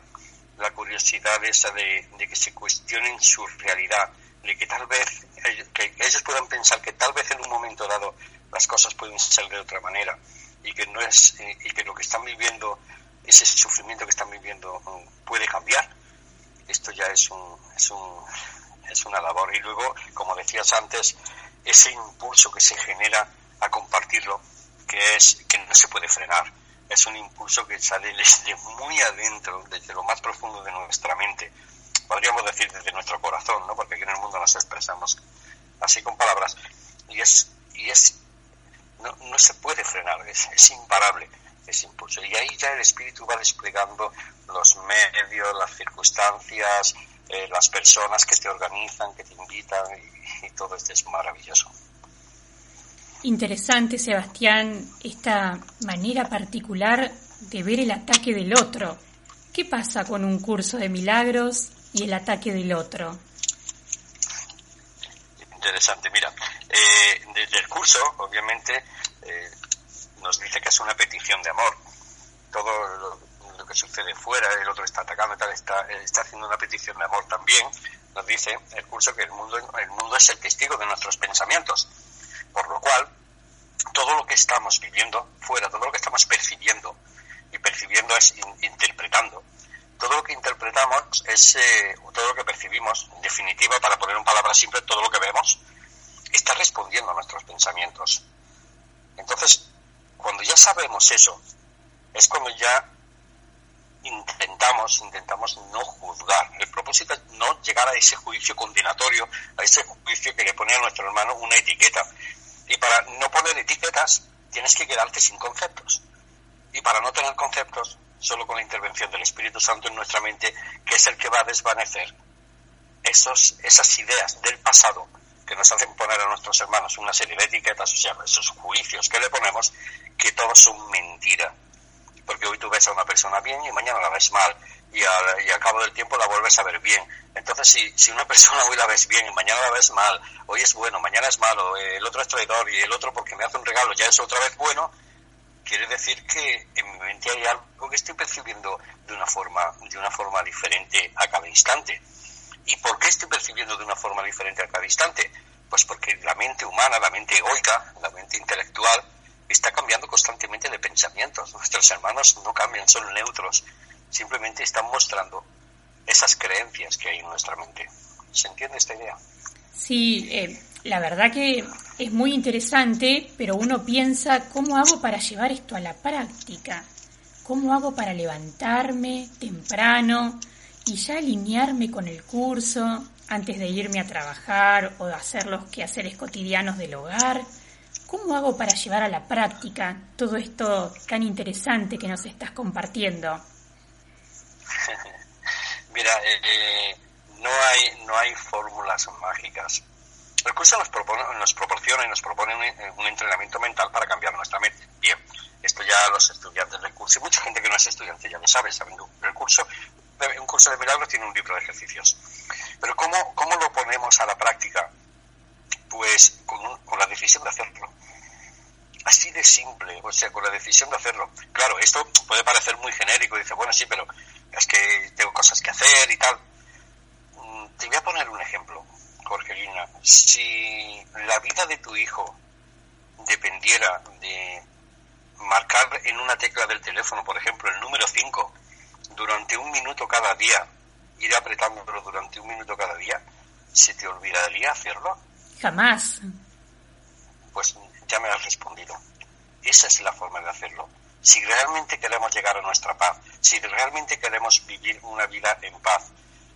esa de que se cuestionen su realidad, de que tal vez que ellos puedan pensar que tal vez en un momento dado las cosas pueden ser de otra manera, y que lo que están viviendo, ese sufrimiento que están viviendo, puede cambiar. Esto ya es una labor. Y luego, como decías antes, ese impulso que se genera a compartirlo, que no se puede frenar, es un impulso que sale desde muy adentro, desde lo más profundo de nuestra mente, podríamos decir desde nuestro corazón, ¿no? Porque aquí en el mundo nos expresamos así con palabras, no se puede frenar, es imparable ese impulso, y ahí ya el espíritu va desplegando los medios, las circunstancias, las personas que te organizan, que te invitan, y todo esto es maravilloso. Interesante, Sebastián, esta manera particular de ver el ataque del otro. ¿Qué pasa con un curso de milagros y el ataque del otro? Interesante, mira, desde el curso, obviamente, nos dice que es una petición de amor. Todo lo que sucede fuera, el otro está atacando, está haciendo una petición de amor. También nos dice el curso que el mundo es el testigo de nuestros pensamientos, por lo cual todo lo que estamos viviendo fuera, todo lo que estamos percibiendo, y percibiendo es interpretando, todo lo que interpretamos o todo lo que percibimos, en definitiva, para poner en palabras simples, todo lo que vemos, está respondiendo a nuestros pensamientos. Entonces, cuando ya sabemos eso, es cuando ya intentamos no juzgar. El propósito es no llegar a ese juicio condenatorio, a ese juicio que le pone a nuestro hermano una etiqueta. Y para no poner etiquetas, tienes que quedarte sin conceptos. Y para no tener conceptos, solo con la intervención del Espíritu Santo en nuestra mente, que es el que va a desvanecer esas ideas del pasado que nos hacen poner a nuestros hermanos una serie de etiquetas, o sea, esos juicios que le ponemos, que todos son mentira. porque hoy tú ves a una persona bien y mañana la ves mal, y al cabo del tiempo la vuelves a ver bien. Entonces, si una persona hoy la ves bien y mañana la ves mal, hoy es bueno, mañana es malo, el otro es traidor y el otro porque me hace un regalo ya es otra vez bueno, quiere decir que en mi mente hay algo que estoy percibiendo de una forma diferente a cada instante. ¿Y por qué estoy percibiendo de una forma diferente a cada instante? Pues porque la mente humana, la mente egoica, la mente intelectual, está cambiando constantemente de pensamientos. Nuestros hermanos no cambian, son neutros. Simplemente están mostrando esas creencias que hay en nuestra mente. ¿Se entiende esta idea? Sí, la verdad que es muy interesante, pero uno piensa, ¿cómo hago para llevar esto a la práctica? ¿Cómo hago para levantarme temprano y ya alinearme con el curso antes de irme a trabajar o hacer los quehaceres cotidianos del hogar? ¿Cómo hago para llevar a la práctica todo esto tan interesante que nos estás compartiendo? Mira, no hay fórmulas mágicas. El curso nos proporciona y nos propone un entrenamiento mental para cambiar nuestra mente. Bien, esto ya los estudiantes del curso, y mucha gente que no es estudiante ya lo sabe, saben que un curso de milagros tiene un libro de ejercicios. Pero ¿cómo lo ponemos a la práctica? Pues con la decisión de hacerlo. Así de simple, o sea, con la decisión de hacerlo. Claro, esto puede parecer muy genérico, dice, bueno, sí, pero es que tengo cosas que hacer y tal. Te voy a poner un ejemplo, Jorgelina. Si la vida de tu hijo dependiera de marcar en una tecla del teléfono, por ejemplo, el número 5, durante 1 minuto cada día, ir apretándolo durante 1 minuto cada día, ¿se te olvidaría hacerlo? Jamás. Pues ya me has respondido. Esa es la forma de hacerlo. Si realmente queremos llegar a nuestra paz, si realmente queremos vivir una vida en paz,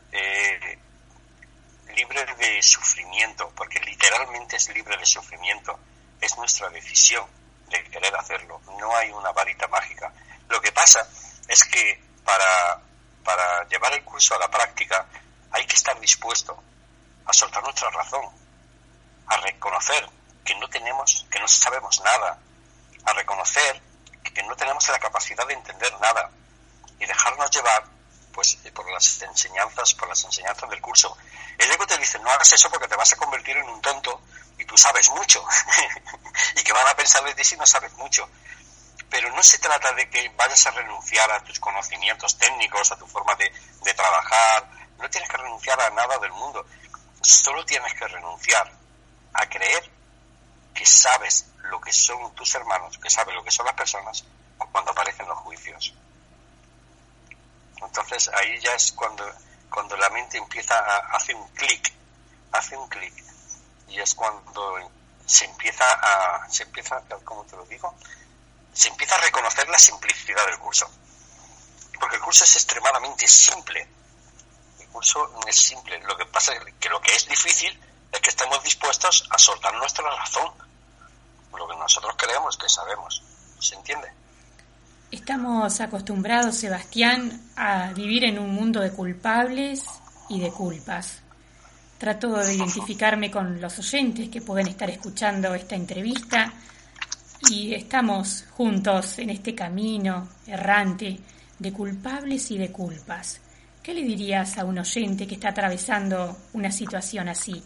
libre de sufrimiento, porque literalmente es libre de sufrimiento, es nuestra decisión de querer hacerlo. No hay una varita mágica. Lo que pasa es que para llevar el curso a la práctica hay que estar dispuesto a soltar nuestra razón, a reconocer que no sabemos nada, a reconocer que no tenemos la capacidad de entender nada y dejarnos llevar pues por las enseñanzas del curso. El ego te dice, no hagas eso porque te vas a convertir en un tonto y tú sabes mucho y que van a pensar de ti si no sabes mucho. Pero no se trata de que vayas a renunciar a tus conocimientos técnicos, a tu forma de trabajar. No tienes que renunciar a nada del mundo. Solo tienes que renunciar a creer que sabes lo que son tus hermanos, que sabes lo que son las personas cuando aparecen los juicios. Entonces ahí ya es cuando la mente hace un clic, y es cuando se empieza, ¿cómo te lo digo? Se empieza a reconocer la simplicidad del curso, porque el curso es extremadamente simple. El curso es simple. Lo que pasa es que lo que es difícil es que estemos dispuestos a soltar nuestra razón, lo que nosotros creemos que sabemos. ¿Se entiende? Estamos acostumbrados, Sebastián, a vivir en un mundo de culpables y de culpas. Trato de identificarme con los oyentes que pueden estar escuchando esta entrevista y estamos juntos en este camino errante de culpables y de culpas. ¿Qué le dirías a un oyente que está atravesando una situación así?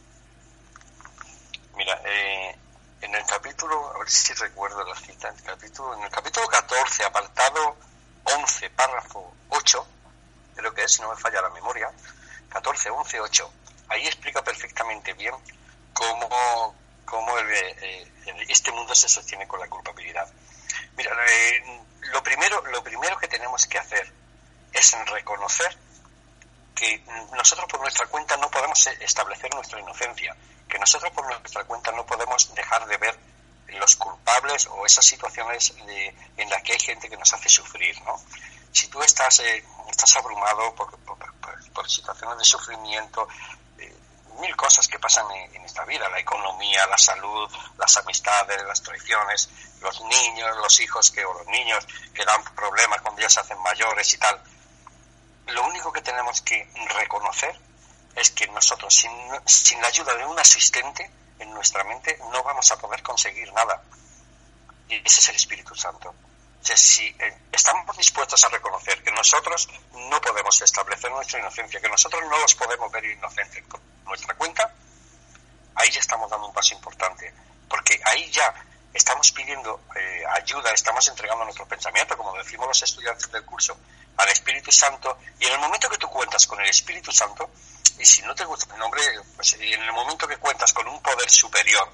Mira, en el capítulo, a ver si recuerdo la cita, en el capítulo 14, apartado 11, párrafo 8, creo que es, si no me falla la memoria, 14, 11, 8, ahí explica perfectamente bien cómo este mundo se sostiene con la culpabilidad. Mira, lo primero que tenemos que hacer es reconocer que nosotros por nuestra cuenta no podemos establecer nuestra inocencia, que nosotros por nuestra cuenta no podemos dejar de ver los culpables o esas situaciones en las que hay gente que nos hace sufrir, ¿no? Si tú estás abrumado por situaciones de sufrimiento, mil cosas que pasan en esta vida, la economía, la salud, las amistades, las traiciones, los niños, los hijos o los niños que dan problemas cuando ya se hacen mayores y tal. Lo único que tenemos que reconocer es que nosotros, sin la ayuda de un asistente en nuestra mente, no vamos a poder conseguir nada. Y ese es el Espíritu Santo. si estamos dispuestos a reconocer que nosotros no podemos establecer nuestra inocencia, que nosotros no los podemos ver inocentes por nuestra cuenta, ahí ya estamos dando un paso importante, porque ahí ya estamos pidiendo ayuda, estamos entregando nuestro pensamiento, como decimos los estudiantes del curso, al Espíritu Santo, y en el momento que tú cuentas con el Espíritu Santo, y si no te gusta el nombre, pues en el momento que cuentas con un poder superior,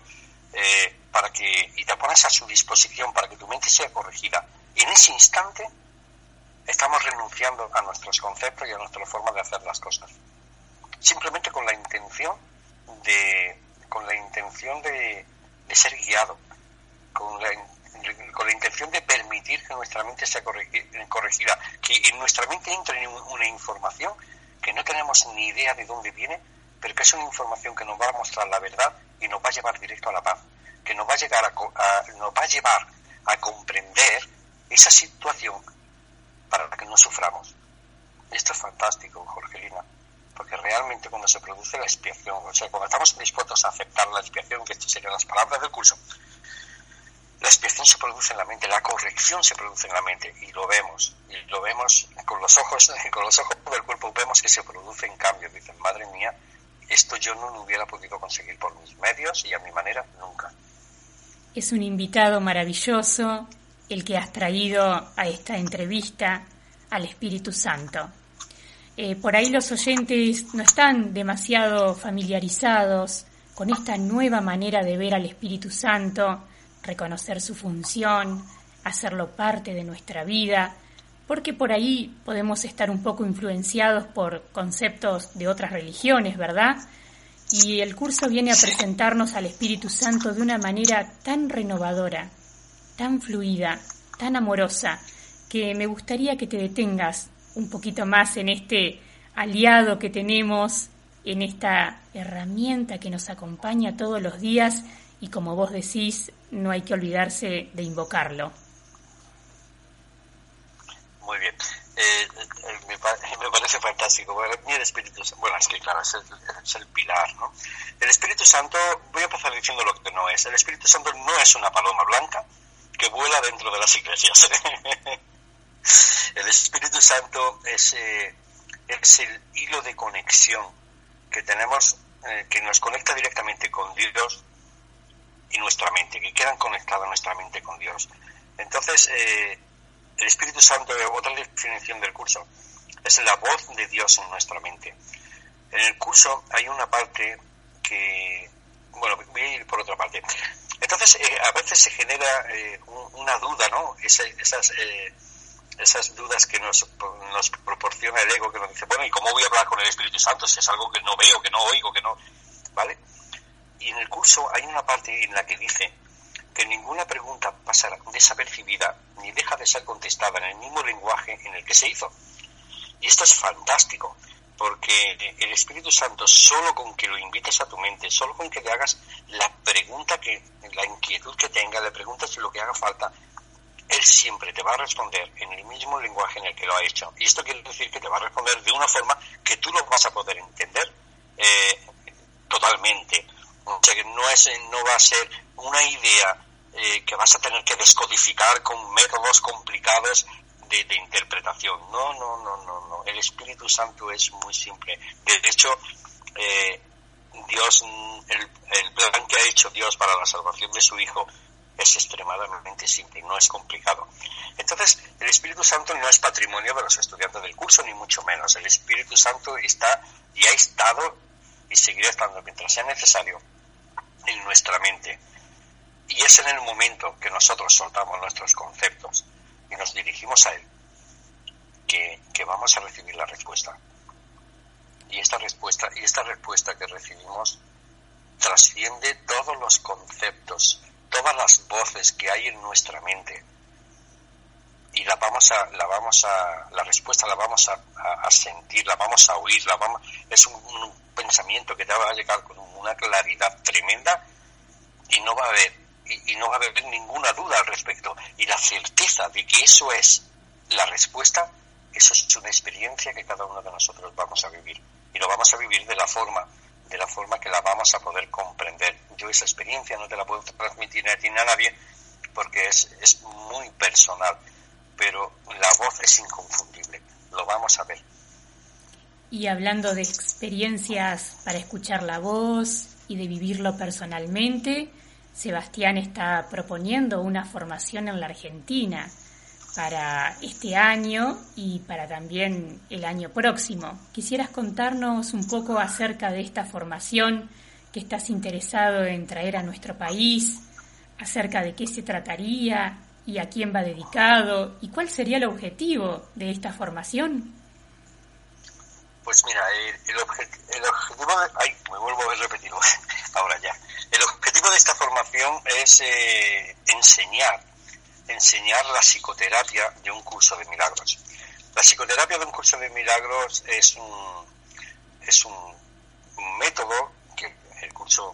y te pones a su disposición para que tu mente sea corregida, y en ese instante estamos renunciando a nuestros conceptos y a nuestra forma de hacer las cosas, simplemente con la intención de ser guiado, con la intención de permitir que nuestra mente sea corregida, que en nuestra mente entre una información que no tenemos ni idea de dónde viene, pero que es una información que nos va a mostrar la verdad y nos va a llevar directo a la paz, que nos va a llevar a comprender esa situación para que no suframos. Esto es fantástico, Jorgelina, porque realmente cuando se produce la expiación, o sea, cuando estamos dispuestos a aceptar la expiación, que estas serían las palabras del curso, la expiación se produce en la mente, la corrección se produce en la mente, y lo vemos con los ojos del cuerpo, vemos que se producen cambios. Dicen, madre mía, esto yo no lo hubiera podido conseguir por mis medios y a mi manera nunca. Es un invitado maravilloso el que has traído a esta entrevista al Espíritu Santo. Por ahí los oyentes no están demasiado familiarizados con esta nueva manera de ver al Espíritu Santo, reconocer su función, hacerlo parte de nuestra vida, porque por ahí podemos estar un poco influenciados por conceptos de otras religiones, ¿verdad? Y el curso viene a presentarnos al Espíritu Santo de una manera tan renovadora, tan fluida, tan amorosa, que me gustaría que te detengas un poquito más en este aliado que tenemos, en esta herramienta que nos acompaña todos los días y, como vos decís, no hay que olvidarse de invocarlo. Muy bien. Me parece fantástico. Bueno, el Espíritu Santo, bueno, es que claro, es el pilar, ¿no? El Espíritu Santo, voy a empezar diciendo lo que no es. El Espíritu Santo no es una paloma blanca que vuela dentro de las iglesias. El Espíritu Santo es el hilo de conexión que tenemos, que nos conecta directamente con Dios y nuestra mente, que quedan conectadas nuestra mente con Dios. Entonces, el Espíritu Santo, otra definición del curso, es la voz de Dios en nuestra mente. En el curso hay una parte que, bueno, voy a ir por otra parte. Entonces, a veces se genera una duda, ¿no? Esas dudas que nos proporciona el ego, que nos dice, bueno, ¿y cómo voy a hablar con el Espíritu Santo si es algo que no veo, que no oigo, que no...? ¿Vale? Y en el curso hay una parte en la que dice que ninguna pregunta pasa desapercibida ni deja de ser contestada en el mismo lenguaje en el que se hizo. Y esto es fantástico, porque el Espíritu Santo, solo con que lo invites a tu mente, solo con que le hagas la pregunta, la inquietud que tenga, le preguntas lo que haga falta, Él siempre te va a responder en el mismo lenguaje en el que lo ha hecho. Y esto quiere decir que te va a responder de una forma que tú lo vas a poder entender totalmente. O sea, que no va a ser una idea que vas a tener que descodificar con métodos complicados de interpretación. No. El Espíritu Santo es muy simple. De hecho, Dios, el plan que ha hecho Dios para la salvación de su Hijo es extremadamente simple, no es complicado. Entonces, el Espíritu Santo no es patrimonio de los estudiantes del curso, ni mucho menos. El Espíritu Santo está y ha estado y seguirá estando mientras sea necesario en nuestra mente. Y es en el momento que nosotros soltamos nuestros conceptos y nos dirigimos a Él que vamos a recibir la respuesta. Y esta respuesta que recibimos trasciende todos los conceptos, todas las voces que hay en nuestra mente. Y la respuesta la vamos a sentir, la vamos a oír, es un pensamiento que te va a llegar con una claridad tremenda y no va a haber ninguna duda al respecto. Y la certeza de que eso es la respuesta, eso es una experiencia que cada uno de nosotros vamos a vivir. Y lo vamos a vivir de la forma que la vamos a poder comprender. Yo esa experiencia no te la puedo transmitir a ti ni a nadie porque es muy personal. pero la voz es inconfundible. Lo vamos a ver. Y hablando de experiencias para escuchar la voz y de vivirlo personalmente, Sebastián está proponiendo una formación en la Argentina para este año y para también el año próximo. ¿Quisieras contarnos un poco acerca de esta formación que estás interesado en traer a nuestro país, acerca de qué se trataría y a quién va dedicado y cuál sería el objetivo de esta formación? Pues mira, el objetivo me vuelvo a repetirlo ahora ya. El objetivo de esta formación es enseñar la psicoterapia de un curso de milagros. La psicoterapia de un curso de milagros es un método que el curso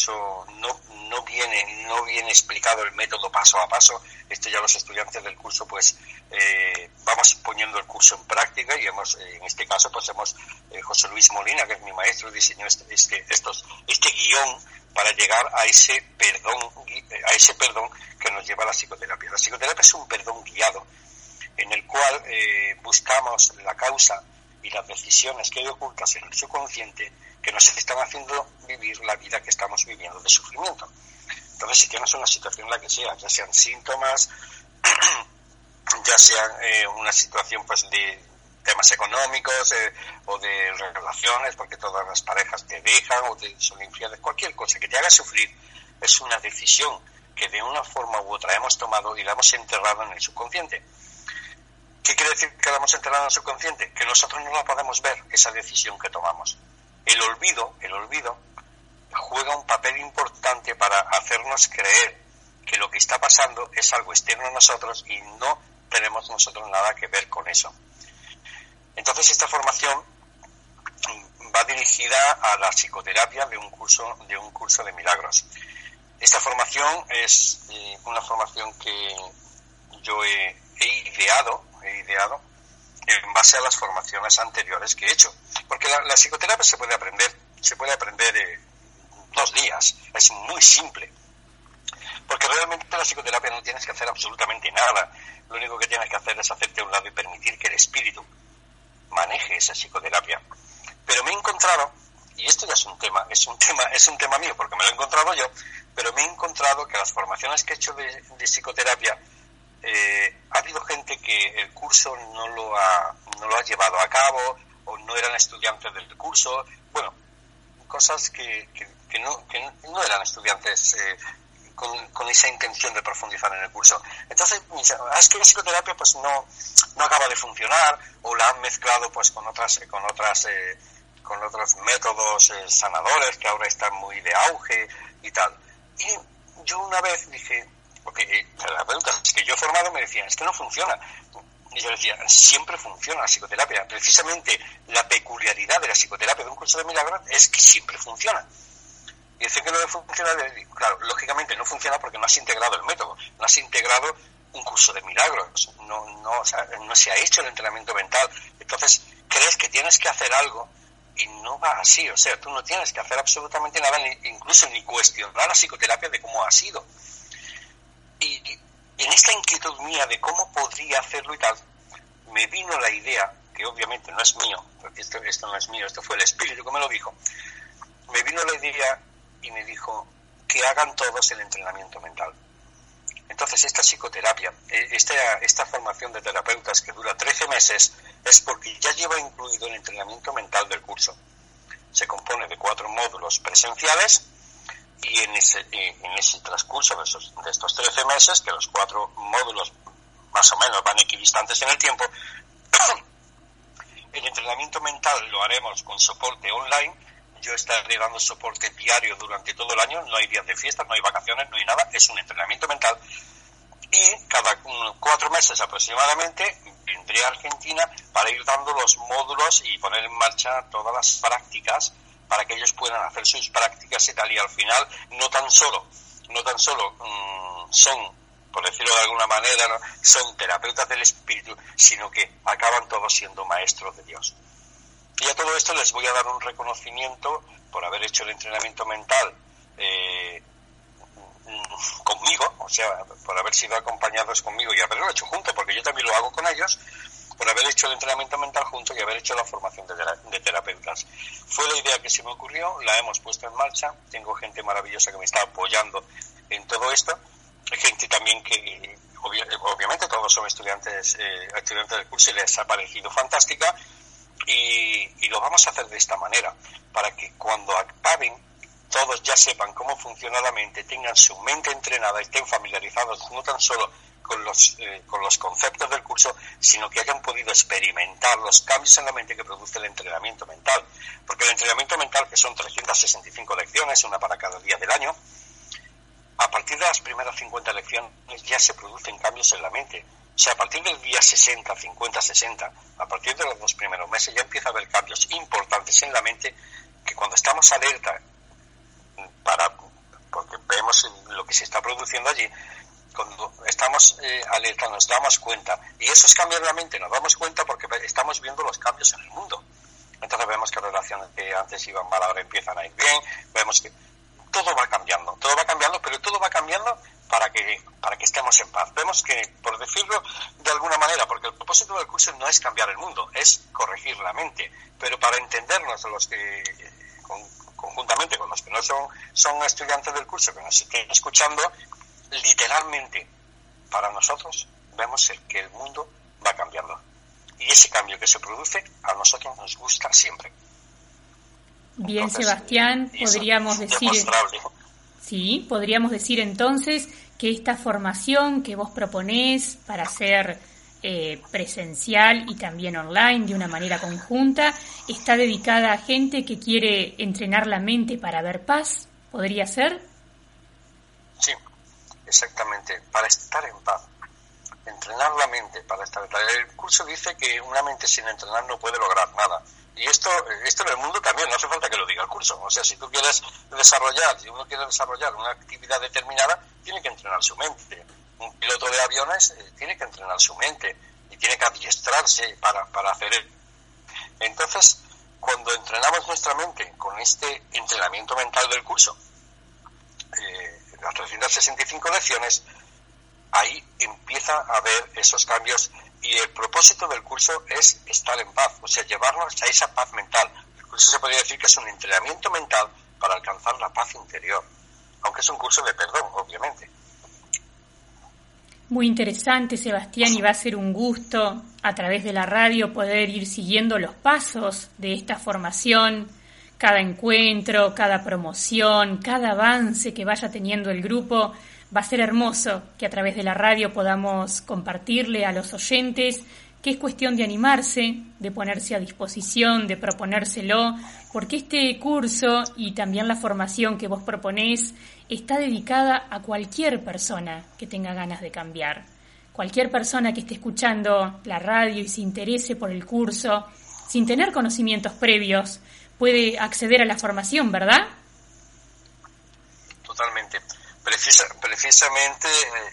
no viene explicado el método paso a paso. Esto ya los estudiantes del curso pues vamos poniendo el curso en práctica y en este caso pues José Luis Molina, que es mi maestro, diseñó este guión para llegar a ese perdón que nos lleva a la psicoterapia. La psicoterapia es un perdón guiado en el cual buscamos la causa y las decisiones que hay ocultas en el subconsciente que nos están haciendo vivir la vida que estamos viviendo de sufrimiento. Entonces, si tienes una situación la que sea, ya sean síntomas, ya sean una situación pues de temas económicos o de relaciones, porque todas las parejas te dejan o te son infieles, cualquier cosa que te haga sufrir es una decisión que de una forma u otra hemos tomado y la hemos enterrado en el subconsciente. ¿Qué quiere decir que la hemos enterrado en el subconsciente? Que nosotros no la podemos ver, esa decisión que tomamos. El olvido juega un papel importante para hacernos creer que lo que está pasando es algo externo a nosotros y no tenemos nosotros nada que ver con eso. Entonces esta formación va dirigida a la psicoterapia de un curso de milagros. Esta formación es una formación que yo he ideado en base a las formaciones anteriores que he hecho. Porque la psicoterapia se puede aprender 2 días, es muy simple. Porque realmente la psicoterapia no tienes que hacer absolutamente nada. Lo único que tienes que hacer es hacerte a un lado y permitir que el espíritu maneje esa psicoterapia. Pero me he encontrado, y esto ya es un tema mío porque me lo he encontrado yo, pero me he encontrado que las formaciones que he hecho de psicoterapia ha habido gente que el curso no lo ha llevado a cabo o no eran estudiantes del curso, bueno, cosas que no eran estudiantes con esa intención de profundizar en el curso. Entonces, es que la psicoterapia pues no acaba de funcionar o la han mezclado pues con otros métodos sanadores que ahora están muy de auge y tal. Y yo una vez dije, porque terapeutas que yo he formado me decían, es que no funciona. Y yo decía, siempre funciona la psicoterapia. Precisamente la peculiaridad de la psicoterapia de un curso de milagros es que siempre funciona. Y decir que no funciona, claro, lógicamente no funciona porque no has integrado el método, no has integrado un curso de milagros, no se ha hecho el entrenamiento mental. Entonces crees que tienes que hacer algo y no va así. O sea, tú no tienes que hacer absolutamente nada, incluso ni cuestionar la psicoterapia de cómo ha sido. Y en esta inquietud mía de cómo podría hacerlo y tal, me vino la idea, que obviamente no es mío, porque esto no es mío, esto fue el espíritu que me lo dijo, me vino la idea y me dijo que hagan todos el entrenamiento mental. Entonces esta psicoterapia, esta formación de terapeutas que dura 13 meses, es porque ya lleva incluido el entrenamiento mental del curso. Se compone de 4 módulos presenciales y en ese transcurso de estos 13 meses, que los 4 módulos más o menos van equidistantes en el tiempo, el entrenamiento mental lo haremos con soporte online. Yo estaré dando soporte diario durante todo el año, no hay días de fiesta, no hay vacaciones, no hay nada, es un entrenamiento mental. Y cada 4 meses aproximadamente vendré a Argentina para ir dando los módulos y poner en marcha todas las prácticas para que ellos puedan hacer sus prácticas y tal, y al final no tan solo son, por decirlo de alguna manera, ¿no?, son terapeutas del espíritu, sino que acaban todos siendo maestros de Dios. Y a todo esto les voy a dar un reconocimiento por haber hecho el entrenamiento mental conmigo, o sea, por haber sido acompañados conmigo y haberlo hecho juntos, porque yo también lo hago con ellos, por haber hecho el entrenamiento mental juntos y haber hecho la formación de terapeutas. Fue la idea que se me ocurrió, la hemos puesto en marcha, tengo gente maravillosa que me está apoyando en todo esto, gente también que obviamente todos son estudiantes del curso y les ha parecido fantástica, y lo vamos a hacer de esta manera, para que cuando acaben todos ya sepan cómo funciona la mente, tengan su mente entrenada, estén familiarizados no tan solo con los conceptos del curso, sino que hayan podido experimentar los cambios en la mente que produce el entrenamiento mental. Porque el entrenamiento mental, que son 365 lecciones, una para cada día del año, a partir de las primeras 50 lecciones ya se producen cambios en la mente. O sea, a partir del día 60, 50, 60, a partir de los 2 primeros meses ya empieza a haber cambios importantes en la mente, que cuando estamos alerta, porque vemos lo que se está produciendo allí, cuando estamos alerta nos damos cuenta, y esos cambios en la mente nos damos cuenta porque estamos viendo los cambios en el mundo. Entonces vemos que relaciones que antes iban mal ahora empiezan a ir bien, vemos que todo va cambiando, pero todo va cambiando para que estemos en paz. Vemos que, por decirlo de alguna manera, porque el propósito del curso no es cambiar el mundo, es corregir la mente, pero para entendernos los que conjuntamente con los que no son estudiantes del curso, que nos estén escuchando, literalmente para nosotros vemos que el mundo va cambiando, y ese cambio que se produce a nosotros nos gusta siempre. Bien, entonces, Sebastián, podríamos decir entonces que esta formación que vos proponés para hacer presencial y también online de una manera conjunta está dedicada a gente que quiere entrenar la mente para ver paz, ¿podría ser? Sí, exactamente, para estar en paz, entrenar la mente para estar en paz. El curso dice que una mente sin entrenar no puede lograr nada. Y esto en el mundo también, no hace falta que lo diga el curso. O sea, si uno quiere desarrollar una actividad determinada, tiene que entrenar su mente. Un piloto de aviones tiene que entrenar su mente y tiene que adiestrarse para hacer eso. Entonces, cuando entrenamos nuestra mente con este entrenamiento mental del curso, las 365 lecciones, ahí empieza a haber esos cambios. Y el propósito del curso es estar en paz, o sea, llevarnos a esa paz mental. El curso se podría decir que es un entrenamiento mental para alcanzar la paz interior, aunque es un curso de perdón, obviamente. Muy interesante, Sebastián, y va a ser un gusto a través de la radio poder ir siguiendo los pasos de esta formación, cada encuentro, cada promoción, cada avance que vaya teniendo el grupo. Va a ser hermoso que a través de la radio podamos compartirle a los oyentes que es cuestión de animarse, de ponerse a disposición, de proponérselo, porque este curso y también la formación que vos proponés está dedicada a cualquier persona que tenga ganas de cambiar. Cualquier persona que esté escuchando la radio y se interese por el curso, sin tener conocimientos previos, puede acceder a la formación, ¿verdad? Totalmente. Precisamente,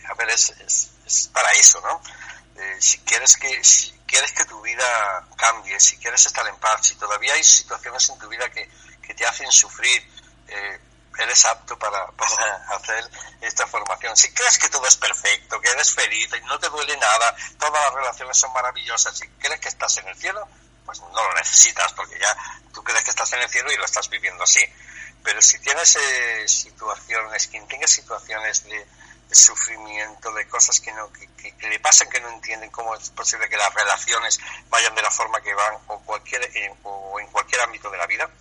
es para eso, ¿no? Si quieres que tu vida cambie, si quieres estar en paz, si todavía hay situaciones en tu vida que te hacen sufrir, eres apto para hacer esta formación. Si crees que todo es perfecto, que eres feliz y no te duele nada, todas las relaciones son maravillosas, si crees que estás en el cielo, pues no lo necesitas, porque ya tú crees que estás en el cielo y lo estás viviendo así. Pero si tienes quien tenga situaciones de sufrimiento, de cosas que le pasan, que no entienden cómo es posible que las relaciones vayan de la forma que van, o en cualquier ámbito de la vida,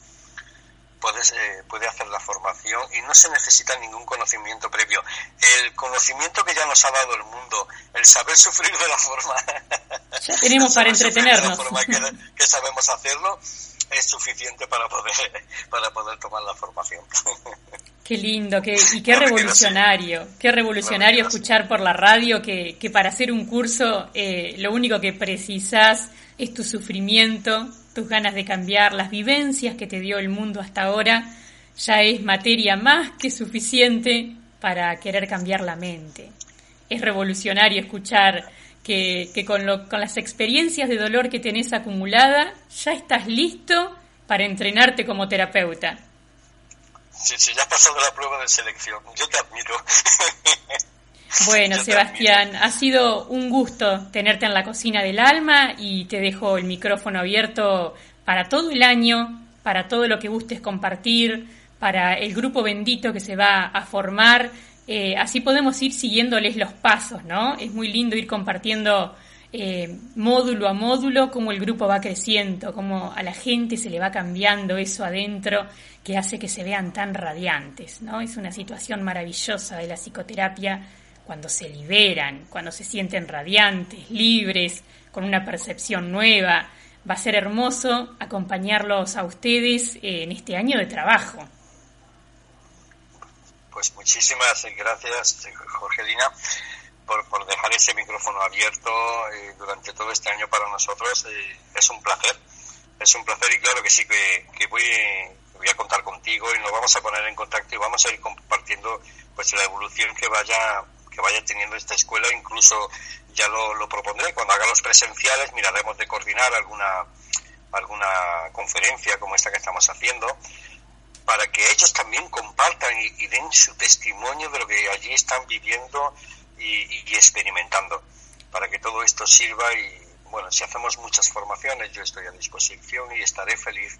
puede hacer la formación y no se necesita ningún conocimiento previo. El conocimiento que ya nos ha dado el mundo, el saber sufrir de la forma ya tenemos para entretenernos, de la forma que sabemos hacerlo, es suficiente para poder tomar la formación. Qué lindo, y qué revolucionario escuchar por la radio que para hacer un curso lo único que precisás es tu sufrimiento, tus ganas de cambiar, las vivencias que te dio el mundo hasta ahora, ya es materia más que suficiente para querer cambiar la mente. Es revolucionario escuchar que con las experiencias de dolor que tenés acumulada, ya estás listo para entrenarte como terapeuta. Sí, ya has pasado la prueba de selección. Yo te admiro. Bueno, Sebastián, ha sido un gusto tenerte en la cocina del alma y te dejo el micrófono abierto para todo el año, para todo lo que gustes compartir, para el grupo bendito que se va a formar. Así podemos ir siguiéndoles los pasos, ¿no? Es muy lindo ir compartiendo módulo a módulo cómo el grupo va creciendo, cómo a la gente se le va cambiando eso adentro que hace que se vean tan radiantes, ¿no? Es una situación maravillosa de la psicoterapia cuando se liberan, cuando se sienten radiantes, libres, con una percepción nueva. Va a ser hermoso acompañarlos a ustedes en este año de trabajo. Pues muchísimas gracias, Jorgelina, por dejar ese micrófono abierto durante todo este año para nosotros. Es un placer y claro que sí que voy a contar contigo y nos vamos a poner en contacto y vamos a ir compartiendo pues la evolución que vaya teniendo esta escuela. Incluso ya lo propondré cuando haga los presenciales, miraremos de coordinar alguna conferencia como esta que estamos haciendo, para que ellos también compartan y den su testimonio de lo que allí están viviendo y experimentando, para que todo esto sirva. Y bueno, si hacemos muchas formaciones, yo estoy a disposición y estaré feliz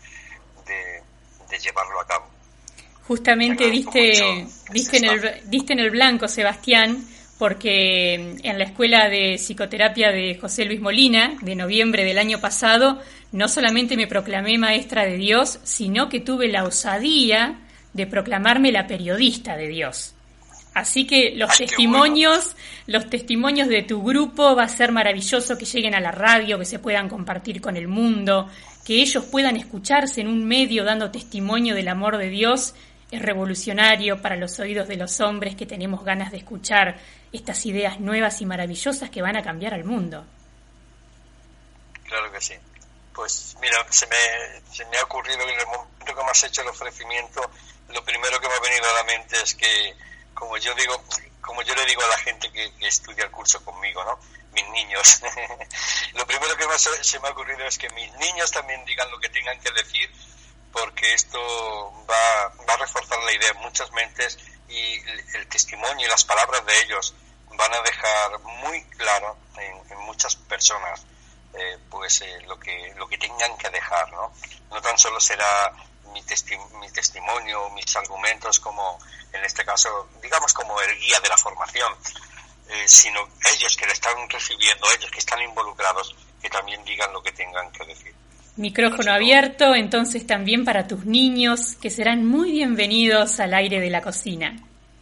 de llevarlo a cabo. Justamente diste en el blanco, Sebastián, porque en la Escuela de Psicoterapia de José Luis Molina, de noviembre del año pasado, no solamente me proclamé maestra de Dios, sino que tuve la osadía de proclamarme la periodista de Dios. Así que los testimonios de tu grupo va a ser maravilloso que lleguen a la radio, que se puedan compartir con el mundo, que ellos puedan escucharse en un medio dando testimonio del amor de Dios. Es revolucionario para los oídos de los hombres que tenemos ganas de escuchar estas ideas nuevas y maravillosas que van a cambiar al mundo. Claro que sí. Pues mira, se me ha ocurrido que en el momento que me has hecho el ofrecimiento, lo primero que me ha venido a la mente es que, como yo le digo a la gente que estudia el curso conmigo, ¿no? Mis niños. Lo primero que se me ha ocurrido es que mis niños también digan lo que tengan que decir, porque esto va a reforzar la idea en muchas mentes y el testimonio y las palabras de ellos van a dejar muy claro en muchas personas lo que tengan que dejar, ¿no? No tan solo será mi testimonio, mis argumentos, como en este caso, digamos, como el guía de la formación, sino ellos que le están recibiendo, ellos que están involucrados, que también digan lo que tengan que decir. Micrófono abierto, entonces, también para tus niños, que serán muy bienvenidos al aire de la cocina.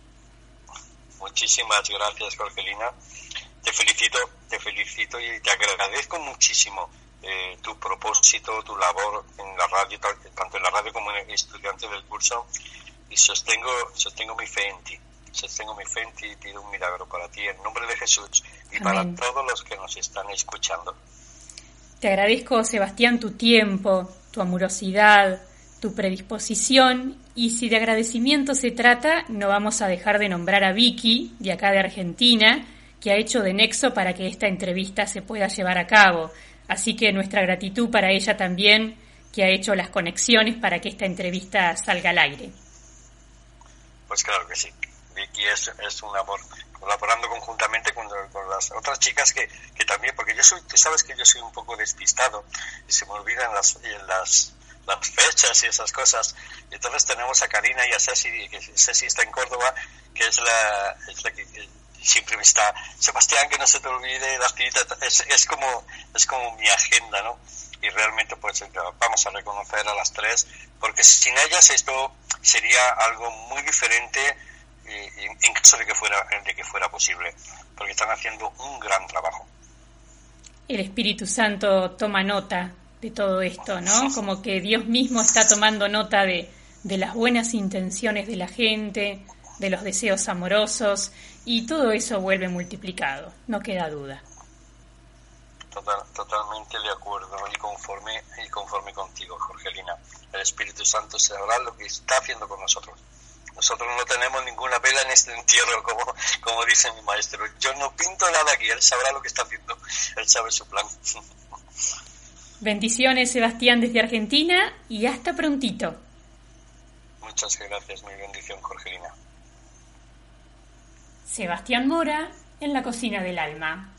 Muchísimas gracias, Jorgelina. Te felicito y te agradezco muchísimo tu propósito, tu labor en la radio, tanto en la radio como en el estudiante del curso, y sostengo mi fe en ti. Sostengo mi fe en ti y pido un milagro para ti, en nombre de Jesús, y Amén. Para todos los que nos están escuchando. Te agradezco, Sebastián, tu tiempo, tu amorosidad, tu predisposición, y si de agradecimiento se trata, no vamos a dejar de nombrar a Vicky, de acá de Argentina, que ha hecho de nexo para que esta entrevista se pueda llevar a cabo. Así que nuestra gratitud para ella también, que ha hecho las conexiones para que esta entrevista salga al aire. Pues claro que sí. Vicky es un amor, colaborando conjuntamente con las otras chicas que también, porque tú sabes que yo soy un poco despistado y se me olvidan las fechas y esas cosas. Y entonces tenemos a Karina y a Ceci, que Ceci está en Córdoba, que es la que siempre me está, Sebastián, que no se te olvide las tiritas. Es como mi agenda, ¿no? Y realmente pues vamos a reconocer a las tres, porque sin ellas esto sería algo muy diferente, en caso de que fuera posible, porque están haciendo un gran trabajo. El Espíritu Santo toma nota de todo esto, ¿no? Como que Dios mismo está tomando nota de las buenas intenciones de la gente, de los deseos amorosos, y todo eso vuelve multiplicado, no queda duda. Totalmente de acuerdo y conforme contigo, Jorgelina. El Espíritu Santo sabrá lo que está haciendo con nosotros. Nosotros no tenemos ninguna vela en este entierro, como dice mi maestro. Yo no pinto nada aquí, él sabrá lo que está haciendo. Él sabe su plan. Bendiciones, Sebastián, desde Argentina, y hasta prontito. Muchas gracias, mi bendición, Jorgelina. Sebastián Mora en la cocina del alma.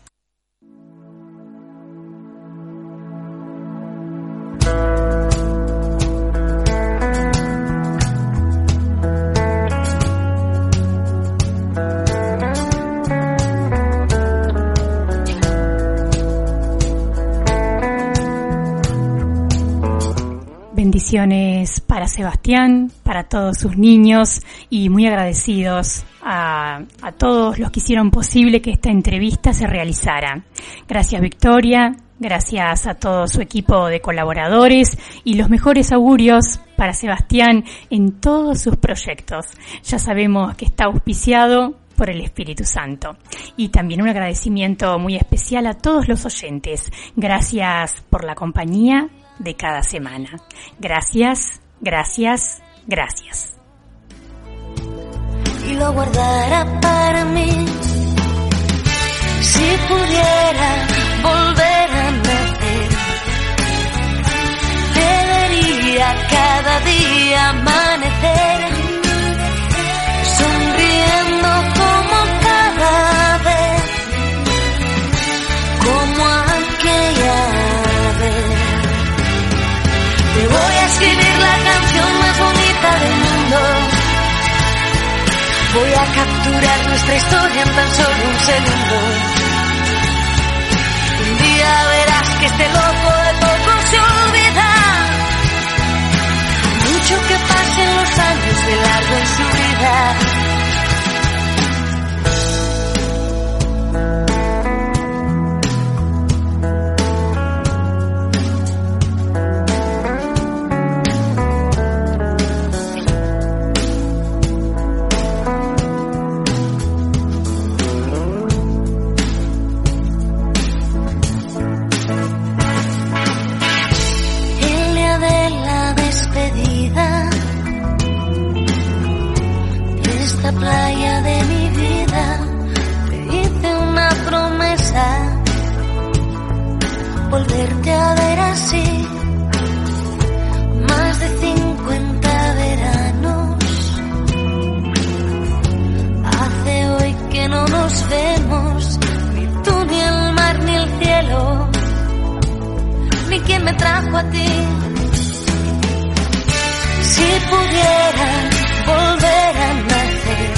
Bendiciones para Sebastián, para todos sus niños y muy agradecidos a todos los que hicieron posible que esta entrevista se realizara. Gracias Victoria, gracias a todo su equipo de colaboradores y los mejores augurios para Sebastián en todos sus proyectos. Ya sabemos que está auspiciado por el Espíritu Santo. Y también un agradecimiento muy especial a todos los oyentes. Gracias por la compañía de cada semana. Gracias, gracias, gracias. Y lo guardara para mí. Si pudiera volver a nacer, te vería cada día amanecer, sonriendo como cada vez, como aquella vez. Te voy a escribir la canción más bonita del mundo. Voy a capturar nuestra historia en tan solo un segundo. Un día verás que este loco de poco se olvida. Mucho que pasen los años de largo en su vida. Playa de mi vida, te hice una promesa, volverte a ver así, más de 50 veranos, hace hoy que no nos vemos, ni tú, ni el mar, ni el cielo, ni quien me trajo a ti. Si pudiera volver a nacer,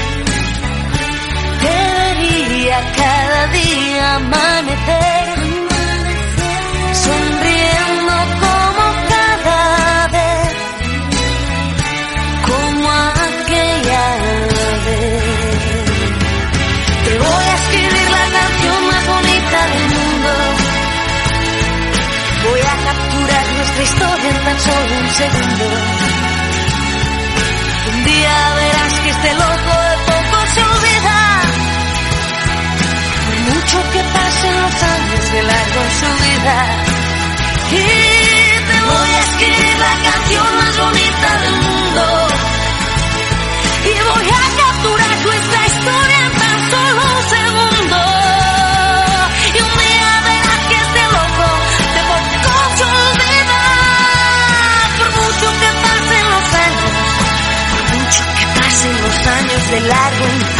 te vería cada día amanecer, sonriendo como cada vez, como aquella vez. Te voy a escribir la canción más bonita del mundo. Voy a capturar nuestra historia en tan solo un segundo. Un día verás que este loco de poco se olvida. Por mucho que pasen los años de largo en su vida. Y te voy a escribir la canción más bonita del mundo. Y voy a capturar nuestra historia en tan solo un segundo. Y un día verás que este loco de poco se olvida. Por mucho que pasen los años. Mucho que pasen los años de largo